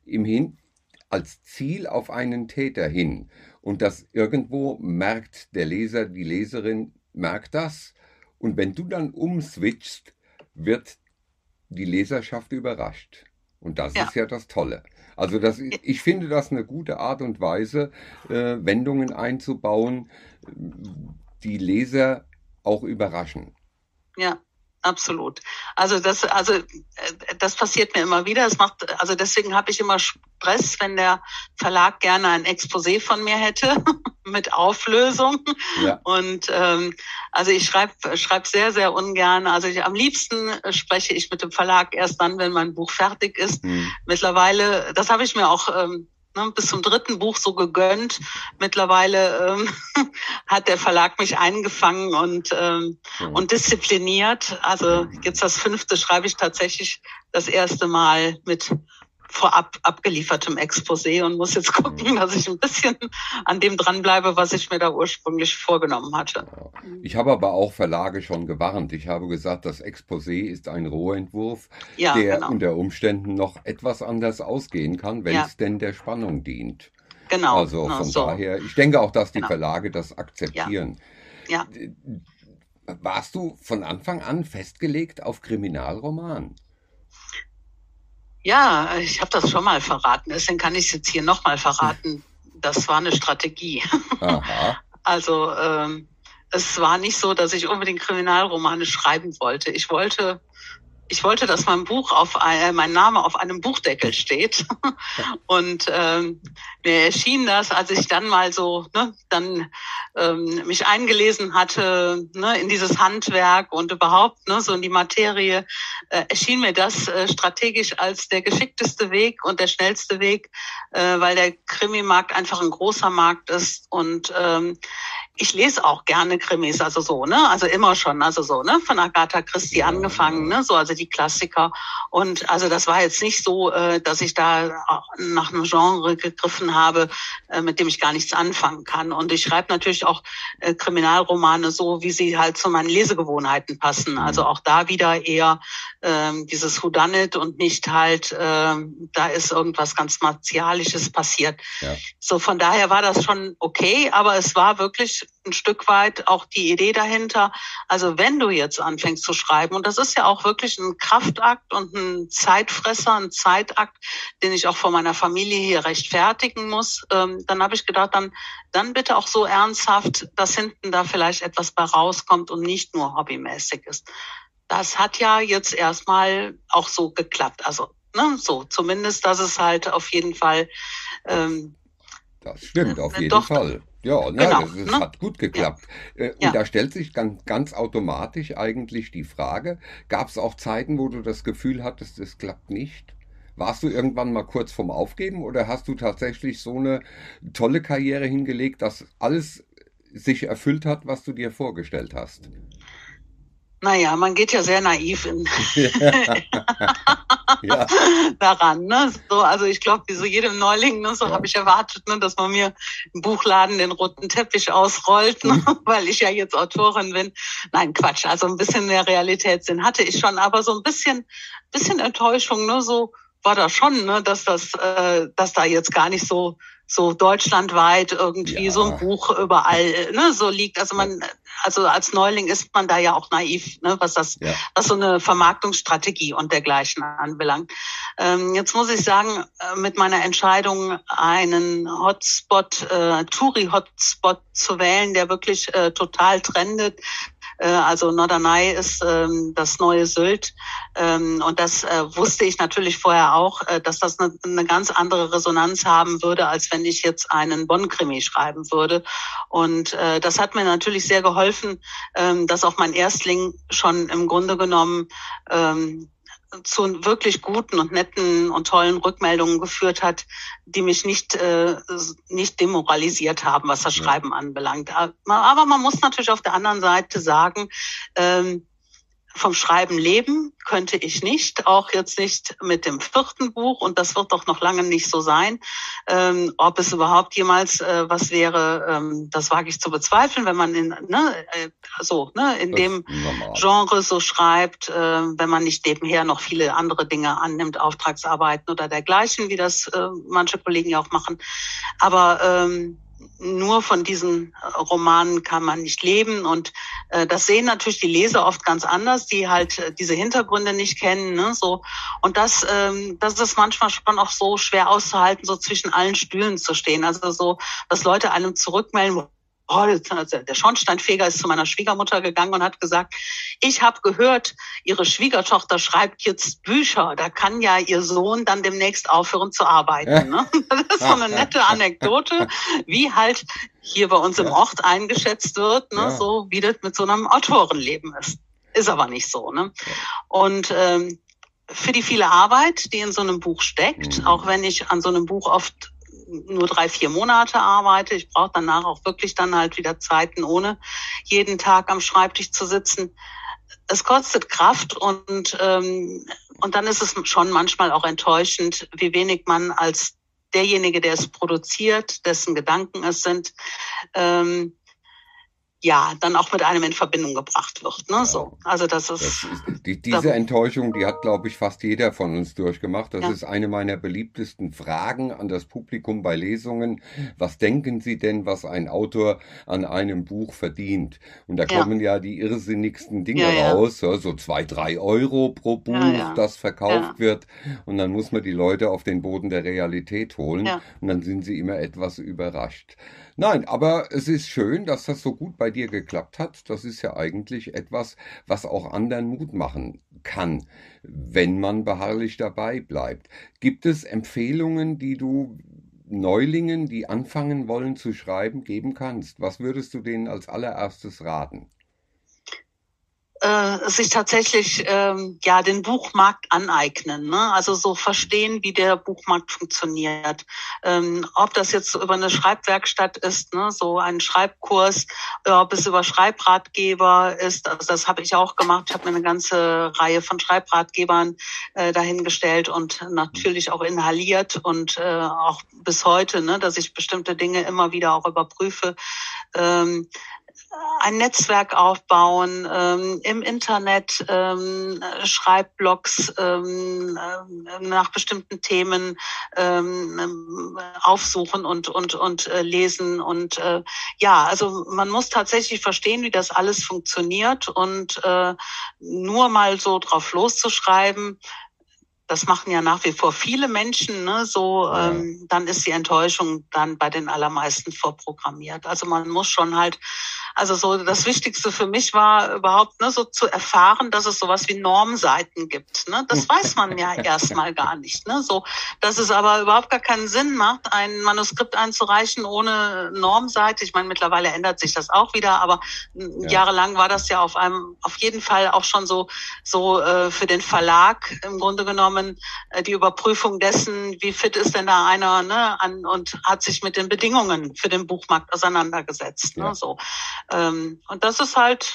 als Ziel auf einen Täter hin. Und das irgendwo merkt der Leser, die Leserin merkt das. Und wenn du dann umswitchst, wird die Leserschaft überrascht. Und das ja, ist ja das Tolle. Also ich finde das eine gute Art und Weise, Wendungen einzubauen, die Leser auch überraschen. ja. absolut. Also das passiert mir immer wieder. Also deswegen habe ich immer Stress, wenn der Verlag gerne ein Exposé von mir hätte mit Auflösung. Ja. Und also ich schreib sehr, sehr ungern. Also am liebsten spreche ich mit dem Verlag erst dann, wenn mein Buch fertig ist. Mittlerweile, das habe ich mir auch bis zum 3. Buch so gegönnt. Mittlerweile hat der Verlag mich eingefangen und diszipliniert. Also jetzt das 5. schreibe ich tatsächlich das erste Mal mit vorab abgeliefertem Exposé und muss jetzt gucken, dass ich ein bisschen an dem dranbleibe, was ich mir da ursprünglich vorgenommen hatte. Ich habe aber auch Verlage schon gewarnt. Ich habe gesagt, das Exposé ist ein Rohentwurf, der unter Umständen noch etwas anders ausgehen kann, wenn es denn der Spannung dient. Genau. Also von daher, ich denke auch, dass die Verlage das akzeptieren. Ja. Warst du von Anfang an festgelegt auf Kriminalroman? Ja, ich habe das schon mal verraten. Deswegen kann ich es jetzt hier nochmal verraten. Das war eine Strategie. Aha. Also es war nicht so, dass ich unbedingt Kriminalromane schreiben wollte. Ich wollte, dass mein Name auf einem Buchdeckel steht. Und mir erschien das, als ich dann mal so mich eingelesen hatte in dieses Handwerk und überhaupt so in die Materie, erschien mir das strategisch als der geschickteste Weg und der schnellste Weg, weil der Krimimarkt einfach ein großer Markt ist und ich lese auch gerne Krimis, also immer schon, von Agatha Christie angefangen, also die Klassiker. Und also das war jetzt nicht so, dass ich da nach einem Genre gegriffen habe, mit dem ich gar nichts anfangen kann. Und ich schreibe natürlich auch Kriminalromane so, wie sie halt zu meinen Lesegewohnheiten passen. Also auch da wieder eher dieses Whodunit und nicht halt, da ist irgendwas ganz Martialisches passiert. Ja. So, von daher war das schon okay, aber es war wirklich ein Stück weit auch die Idee dahinter. Also wenn du jetzt anfängst zu schreiben, und das ist ja auch wirklich ein Kraftakt und ein Zeitfresser, ein Zeitakt, den ich auch vor meiner Familie hier rechtfertigen muss, dann habe ich gedacht, dann bitte auch so ernsthaft, dass hinten da vielleicht etwas bei rauskommt und nicht nur hobbymäßig ist. Das hat ja jetzt erstmal auch so geklappt. Also so zumindest, dass es halt auf jeden Fall das stimmt, auf jeden Fall. Ja, genau, das hat gut geklappt. Ja. Und da stellt sich ganz automatisch eigentlich die Frage, gab es auch Zeiten, wo du das Gefühl hattest, es klappt nicht? Warst du irgendwann mal kurz vorm Aufgeben oder hast du tatsächlich so eine tolle Karriere hingelegt, dass alles sich erfüllt hat, was du dir vorgestellt hast? Naja, man geht ja sehr naiv daran. So, also ich glaube, wie so jedem Neuling, habe ich erwartet, dass man mir im Buchladen den roten Teppich ausrollt, weil ich ja jetzt Autorin bin. Nein, Quatsch. Also ein bisschen mehr Realitätssinn hatte ich schon, aber so ein bisschen Enttäuschung, so war da schon, dass da jetzt gar nicht so deutschlandweit irgendwie so ein Buch überall so liegt. Also als Neuling ist man da ja auch naiv, was so eine Vermarktungsstrategie und dergleichen anbelangt. Jetzt muss ich sagen, mit meiner Entscheidung, einen Touri-Hotspot zu wählen, der wirklich total trendet. Also Norderney ist das neue Sylt. Und das wusste ich natürlich vorher auch, dass das eine ganz andere Resonanz haben würde, als wenn ich jetzt einen Bonn-Krimi schreiben würde. Und das hat mir natürlich sehr geholfen, dass auch mein Erstling schon im Grunde genommen zu wirklich guten und netten und tollen Rückmeldungen geführt hat, die mich nicht demoralisiert haben, was das Schreiben anbelangt. Aber man muss natürlich auf der anderen Seite sagen, vom Schreiben leben könnte ich nicht, auch jetzt nicht mit dem 4. Buch und das wird doch noch lange nicht so sein. Ob es überhaupt jemals was wäre, das wage ich zu bezweifeln, wenn man in dem Genre so schreibt, wenn man nicht nebenher noch viele andere Dinge annimmt, Auftragsarbeiten oder dergleichen, wie das manche Kollegen ja auch machen. Aber nur von diesen Romanen kann man nicht leben und das sehen natürlich die Leser oft ganz anders, die halt diese Hintergründe nicht kennen, und das ist manchmal schon auch so schwer auszuhalten, so zwischen allen Stühlen zu stehen, also so, dass Leute einem zurückmelden, der Schornsteinfeger ist zu meiner Schwiegermutter gegangen und hat gesagt, ich habe gehört, Ihre Schwiegertochter schreibt jetzt Bücher, da kann ja Ihr Sohn dann demnächst aufhören zu arbeiten. Ne? Das ist so eine nette Anekdote, wie halt hier bei uns im Ort eingeschätzt wird, ne? So wie das mit so einem Autorenleben ist. Ist aber nicht so. Ne? Und für die viele Arbeit, die in so einem Buch steckt, auch wenn ich an so einem Buch oft nur 3-4 Monate arbeite, ich brauche danach auch wirklich dann halt wieder Zeiten, ohne jeden Tag am Schreibtisch zu sitzen. Es kostet Kraft und dann ist es schon manchmal auch enttäuschend, wie wenig man als derjenige, der es produziert, dessen Gedanken es sind, dann auch mit einem in Verbindung gebracht wird. Ne? So. Also diese Enttäuschung, die hat, glaube ich, fast jeder von uns durchgemacht. Das ist eine meiner beliebtesten Fragen an das Publikum bei Lesungen. Was denken Sie denn, was ein Autor an einem Buch verdient? Und da kommen ja die irrsinnigsten Dinge raus. So 2-3 Euro pro Buch, das verkauft wird. Und dann muss man die Leute auf den Boden der Realität holen. Ja. Und dann sind sie immer etwas überrascht. Nein, aber es ist schön, dass das so gut bei dir geklappt hat. Das ist ja eigentlich etwas, was auch anderen Mut machen kann, wenn man beharrlich dabei bleibt. Gibt es Empfehlungen, die du Neulingen, die anfangen wollen zu schreiben, geben kannst? Was würdest du denen als allererstes raten? Sich tatsächlich den Buchmarkt aneignen, ne? Also so verstehen, wie der Buchmarkt funktioniert. Ob das jetzt über eine Schreibwerkstatt ist, ne, so ein Schreibkurs, ob es über Schreibratgeber ist, also das habe ich auch gemacht. Ich habe mir eine ganze Reihe von Schreibratgebern dahingestellt und natürlich auch inhaliert und auch bis heute, ne, dass ich bestimmte Dinge immer wieder auch überprüfe. Ein Netzwerk aufbauen, im Internet Schreibblogs nach bestimmten Themen aufsuchen und lesen und also man muss tatsächlich verstehen, wie das alles funktioniert und nur mal so drauf loszuschreiben, das machen ja nach wie vor viele Menschen, ne? Dann ist die Enttäuschung dann bei den allermeisten vorprogrammiert. Also man muss schon halt, also so das Wichtigste für mich war überhaupt, ne, so zu erfahren, dass es sowas wie Normseiten gibt. Ne? Das weiß man ja erstmal gar nicht. Ne? So, dass es aber überhaupt gar keinen Sinn macht, ein Manuskript einzureichen ohne Normseite. Ich meine, mittlerweile ändert sich das auch wieder, aber jahrelang war das ja auf jeden Fall auch schon so für den Verlag im Grunde genommen die Überprüfung dessen, wie fit ist denn da einer, ne, und hat sich mit den Bedingungen für den Buchmarkt auseinandergesetzt. Ne, so. Und das ist halt,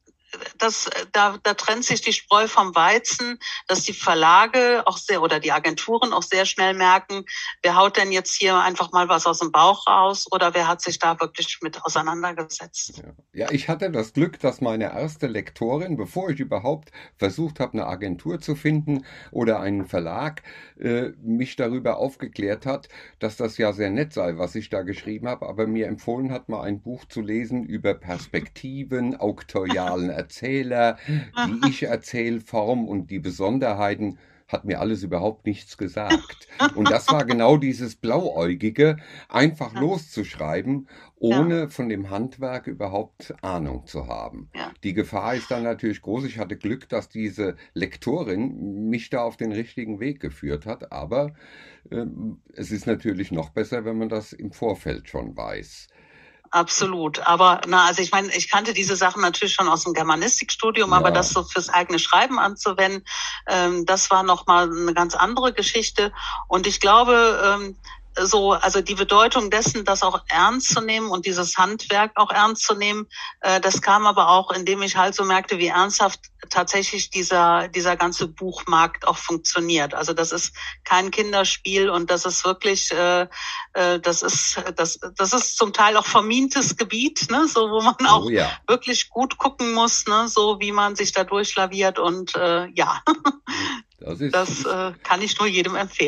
da trennt sich die Spreu vom Weizen, dass die Verlage auch oder die Agenturen auch sehr schnell merken, wer haut denn jetzt hier einfach mal was aus dem Bauch raus oder wer hat sich da wirklich mit auseinandergesetzt. Ja, ich hatte das Glück, dass meine erste Lektorin, bevor ich überhaupt versucht habe, eine Agentur zu finden oder einen Verlag, mich darüber aufgeklärt hat, dass das ja sehr nett sei, was ich da geschrieben habe, aber mir empfohlen hat, mal ein Buch zu lesen über Perspektiven, auktorialen Erzähler, die Ich-Erzählform und die Besonderheiten, hat mir alles überhaupt nichts gesagt. Und das war genau dieses Blauäugige, einfach loszuschreiben, ohne von dem Handwerk überhaupt Ahnung zu haben. Ja. Die Gefahr ist dann natürlich groß. Ich hatte Glück, dass diese Lektorin mich da auf den richtigen Weg geführt hat, aber es ist natürlich noch besser, wenn man das im Vorfeld schon weiß. Absolut. Aber also ich meine, ich kannte diese Sachen natürlich schon aus dem Germanistikstudium, aber das so fürs eigene Schreiben anzuwenden, das war nochmal eine ganz andere Geschichte. Und ich glaube, also die Bedeutung dessen, das auch ernst zu nehmen und dieses Handwerk auch ernst zu nehmen, das kam aber auch, indem ich halt so merkte, wie ernsthaft tatsächlich dieser ganze Buchmarkt auch funktioniert. Also das ist kein Kinderspiel und das ist wirklich, das ist zum Teil auch vermintes Gebiet, ne, so wo man auch wirklich gut gucken muss, ne, so wie man sich da durchlaviert und das kann ich nur jedem empfehlen.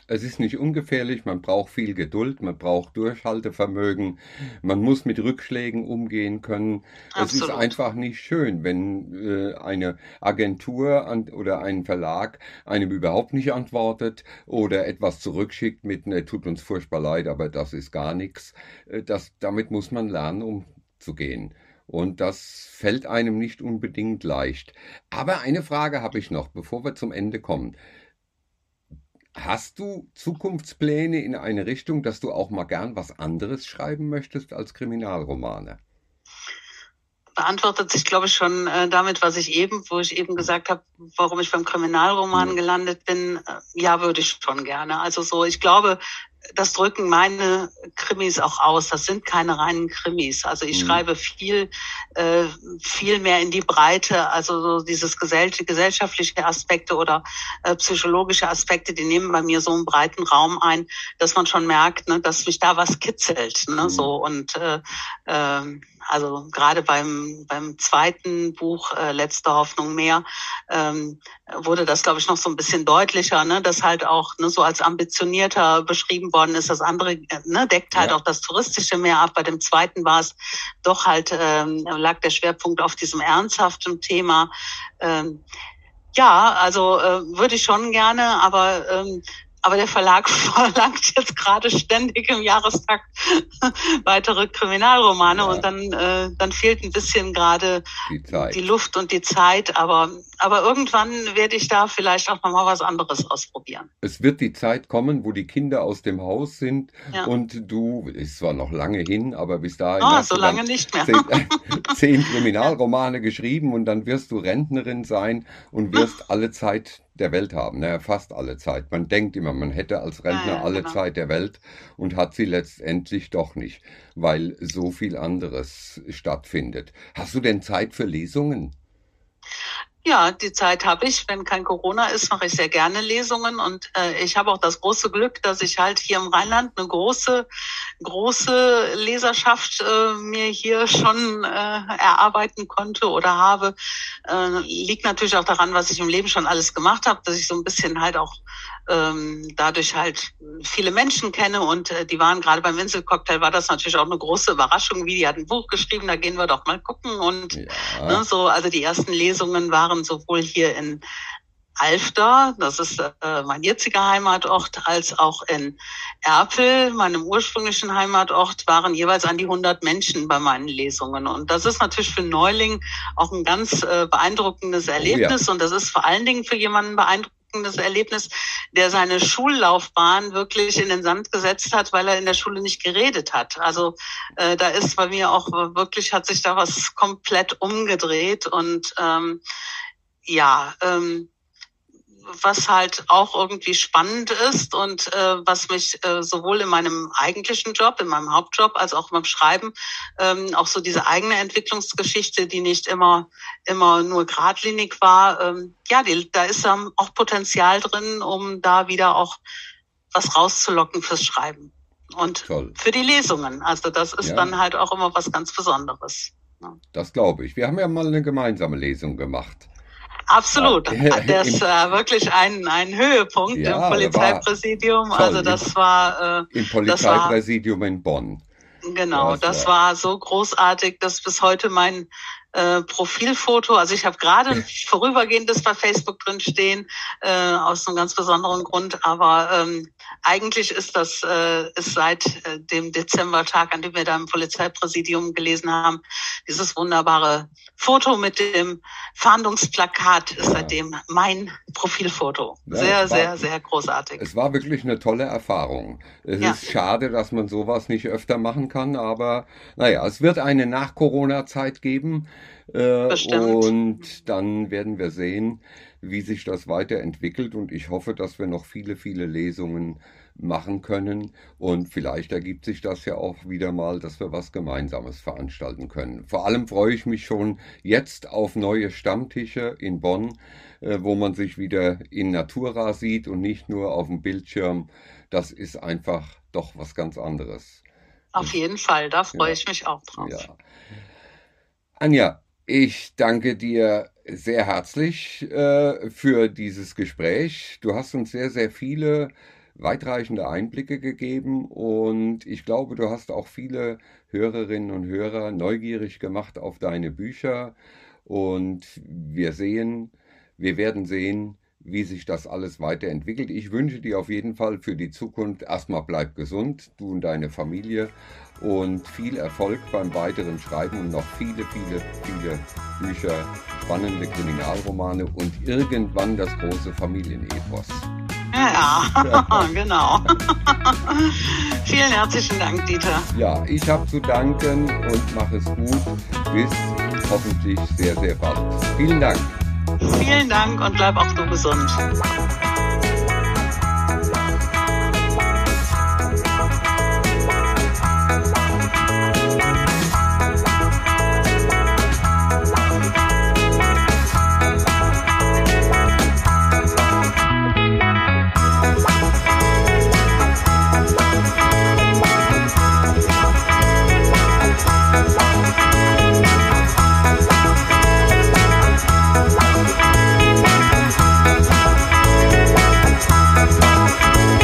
Es ist nicht ungefährlich, man braucht viel Geduld, man braucht Durchhaltevermögen, man muss mit Rückschlägen umgehen können. Es ist Absolut. einfach nicht schön, wenn eine Agentur oder ein Verlag einem überhaupt nicht antwortet oder etwas zurückschickt mit, ne, tut uns furchtbar leid, aber das ist gar nichts. Damit muss man lernen, umzugehen. Und das fällt einem nicht unbedingt leicht. Aber eine Frage habe ich noch, bevor wir zum Ende kommen. Hast du Zukunftspläne in eine Richtung, dass du auch mal gern was anderes schreiben möchtest als Kriminalromane? Beantwortet sich, glaube ich, schon damit, wo ich eben gesagt habe, warum ich beim Kriminalroman Hm. gelandet bin. Ja, würde ich schon gerne. Also so, ich glaube, das drücken meine Krimis auch aus. Das sind keine reinen Krimis. Also ich Hm. schreibe viel mehr in die Breite. Also so dieses gesellschaftliche Aspekte oder psychologische Aspekte, die nehmen bei mir so einen breiten Raum ein, dass man schon merkt, ne, dass mich da was kitzelt. Ne, Hm. so und also gerade beim zweiten Buch Letzte Hoffnung mehr wurde das, glaube ich, noch so ein bisschen deutlicher, ne, dass halt auch so als ambitionierter beschrieben worden ist. Das andere deckt halt Ja. auch das Touristische mehr ab. Bei dem zweiten war es doch halt, lag der Schwerpunkt auf diesem ernsthaften Thema. Ja, also würde ich schon gerne, aber der Verlag verlangt jetzt gerade ständig im Jahrestakt weitere Kriminalromane Ja. und dann fehlt ein bisschen gerade Die Luft und die Zeit, aber irgendwann werde ich da vielleicht auch nochmal was anderes ausprobieren. Es wird die Zeit kommen, wo die Kinder aus dem Haus sind Ja. und du, ist zwar noch lange hin, aber bis dahin hast so du dann lange nicht mehr. 10 Kriminalromane geschrieben und dann wirst du Rentnerin sein und wirst alle Zeit der Welt haben. Naja, fast alle Zeit. Man denkt immer, man hätte als Rentner alle Genau. Zeit der Welt und hat sie letztendlich doch nicht, weil so viel anderes stattfindet. Hast du denn Zeit für Lesungen? Ja, die Zeit habe ich. Wenn kein Corona ist, mache ich sehr gerne Lesungen. Und ich habe auch das große Glück, dass ich halt hier im Rheinland eine große Leserschaft mir hier schon erarbeiten konnte oder habe. Liegt natürlich auch daran, was ich im Leben schon alles gemacht habe, dass ich so ein bisschen halt auch dadurch halt viele Menschen kenne. Und die waren gerade beim Inselcocktail, war das natürlich auch eine große Überraschung, wie die hat ein Buch geschrieben, da gehen wir doch mal gucken. Und Ja. also die ersten Lesungen waren sowohl hier in Alfter, das ist mein jetziger Heimatort, als auch in Erpel, meinem ursprünglichen Heimatort, waren jeweils an die 100 Menschen bei meinen Lesungen. Und das ist natürlich für einen Neuling auch ein ganz beeindruckendes Erlebnis. Und das ist vor allen Dingen für jemanden beeindruckendes Erlebnis, der seine Schullaufbahn wirklich in den Sand gesetzt hat, weil er in der Schule nicht geredet hat. Also da ist bei mir auch wirklich, hat sich da was komplett umgedreht. Und was halt auch irgendwie spannend ist und was mich sowohl in meinem eigentlichen Job, in meinem Hauptjob, als auch beim Schreiben auch so diese eigene Entwicklungsgeschichte, die nicht immer nur geradlinig war, da ist auch Potenzial drin, um da wieder auch was rauszulocken fürs Schreiben und Toll. für die Lesungen. Also das ist dann halt auch immer was ganz Besonderes. Ja. Das glaube ich. Wir haben ja mal eine gemeinsame Lesung gemacht. Absolut. Das ist wirklich ein Höhepunkt im Polizeipräsidium. Also das war im Polizeipräsidium in Bonn. Genau, das war so großartig, dass bis heute mein Profilfoto, also ich habe gerade ein vorübergehendes bei Facebook drin stehen, aus einem ganz besonderen Grund, aber eigentlich ist das ist seit dem Dezembertag, an dem wir da im Polizeipräsidium gelesen haben, dieses wunderbare Foto mit dem Fahndungsplakat ist seitdem mein Profilfoto. Sehr, sehr, sehr großartig. Es war wirklich eine tolle Erfahrung. Es ist schade, dass man sowas nicht öfter machen kann, aber naja, es wird eine Nach-Corona-Zeit geben. Und dann werden wir sehen, wie sich das weiterentwickelt. Und ich hoffe, dass wir noch viele, viele Lesungen machen können. Und vielleicht ergibt sich das ja auch wieder mal, dass wir was Gemeinsames veranstalten können. Vor allem freue ich mich schon jetzt auf neue Stammtische in Bonn, wo man sich wieder in Natura sieht und nicht nur auf dem Bildschirm. Das ist einfach doch was ganz anderes. Auf jeden Fall, da freue ich mich auch drauf. Ja. Anja, ich danke dir sehr herzlich für dieses Gespräch. Du hast uns sehr, sehr viele weitreichende Einblicke gegeben und ich glaube, du hast auch viele Hörerinnen und Hörer neugierig gemacht auf deine Bücher und wir werden sehen, wie sich das alles weiterentwickelt. Ich wünsche dir auf jeden Fall für die Zukunft erstmal bleib gesund, du und deine Familie und viel Erfolg beim weiteren Schreiben und noch viele, viele, viele Bücher, spannende Kriminalromane und irgendwann das große Familienepos. Ja, genau. Vielen herzlichen Dank, Dieter. Ja, ich habe zu danken und mach es gut. Bis hoffentlich sehr, sehr bald. Vielen Dank. Vielen Dank und bleib auch du gesund.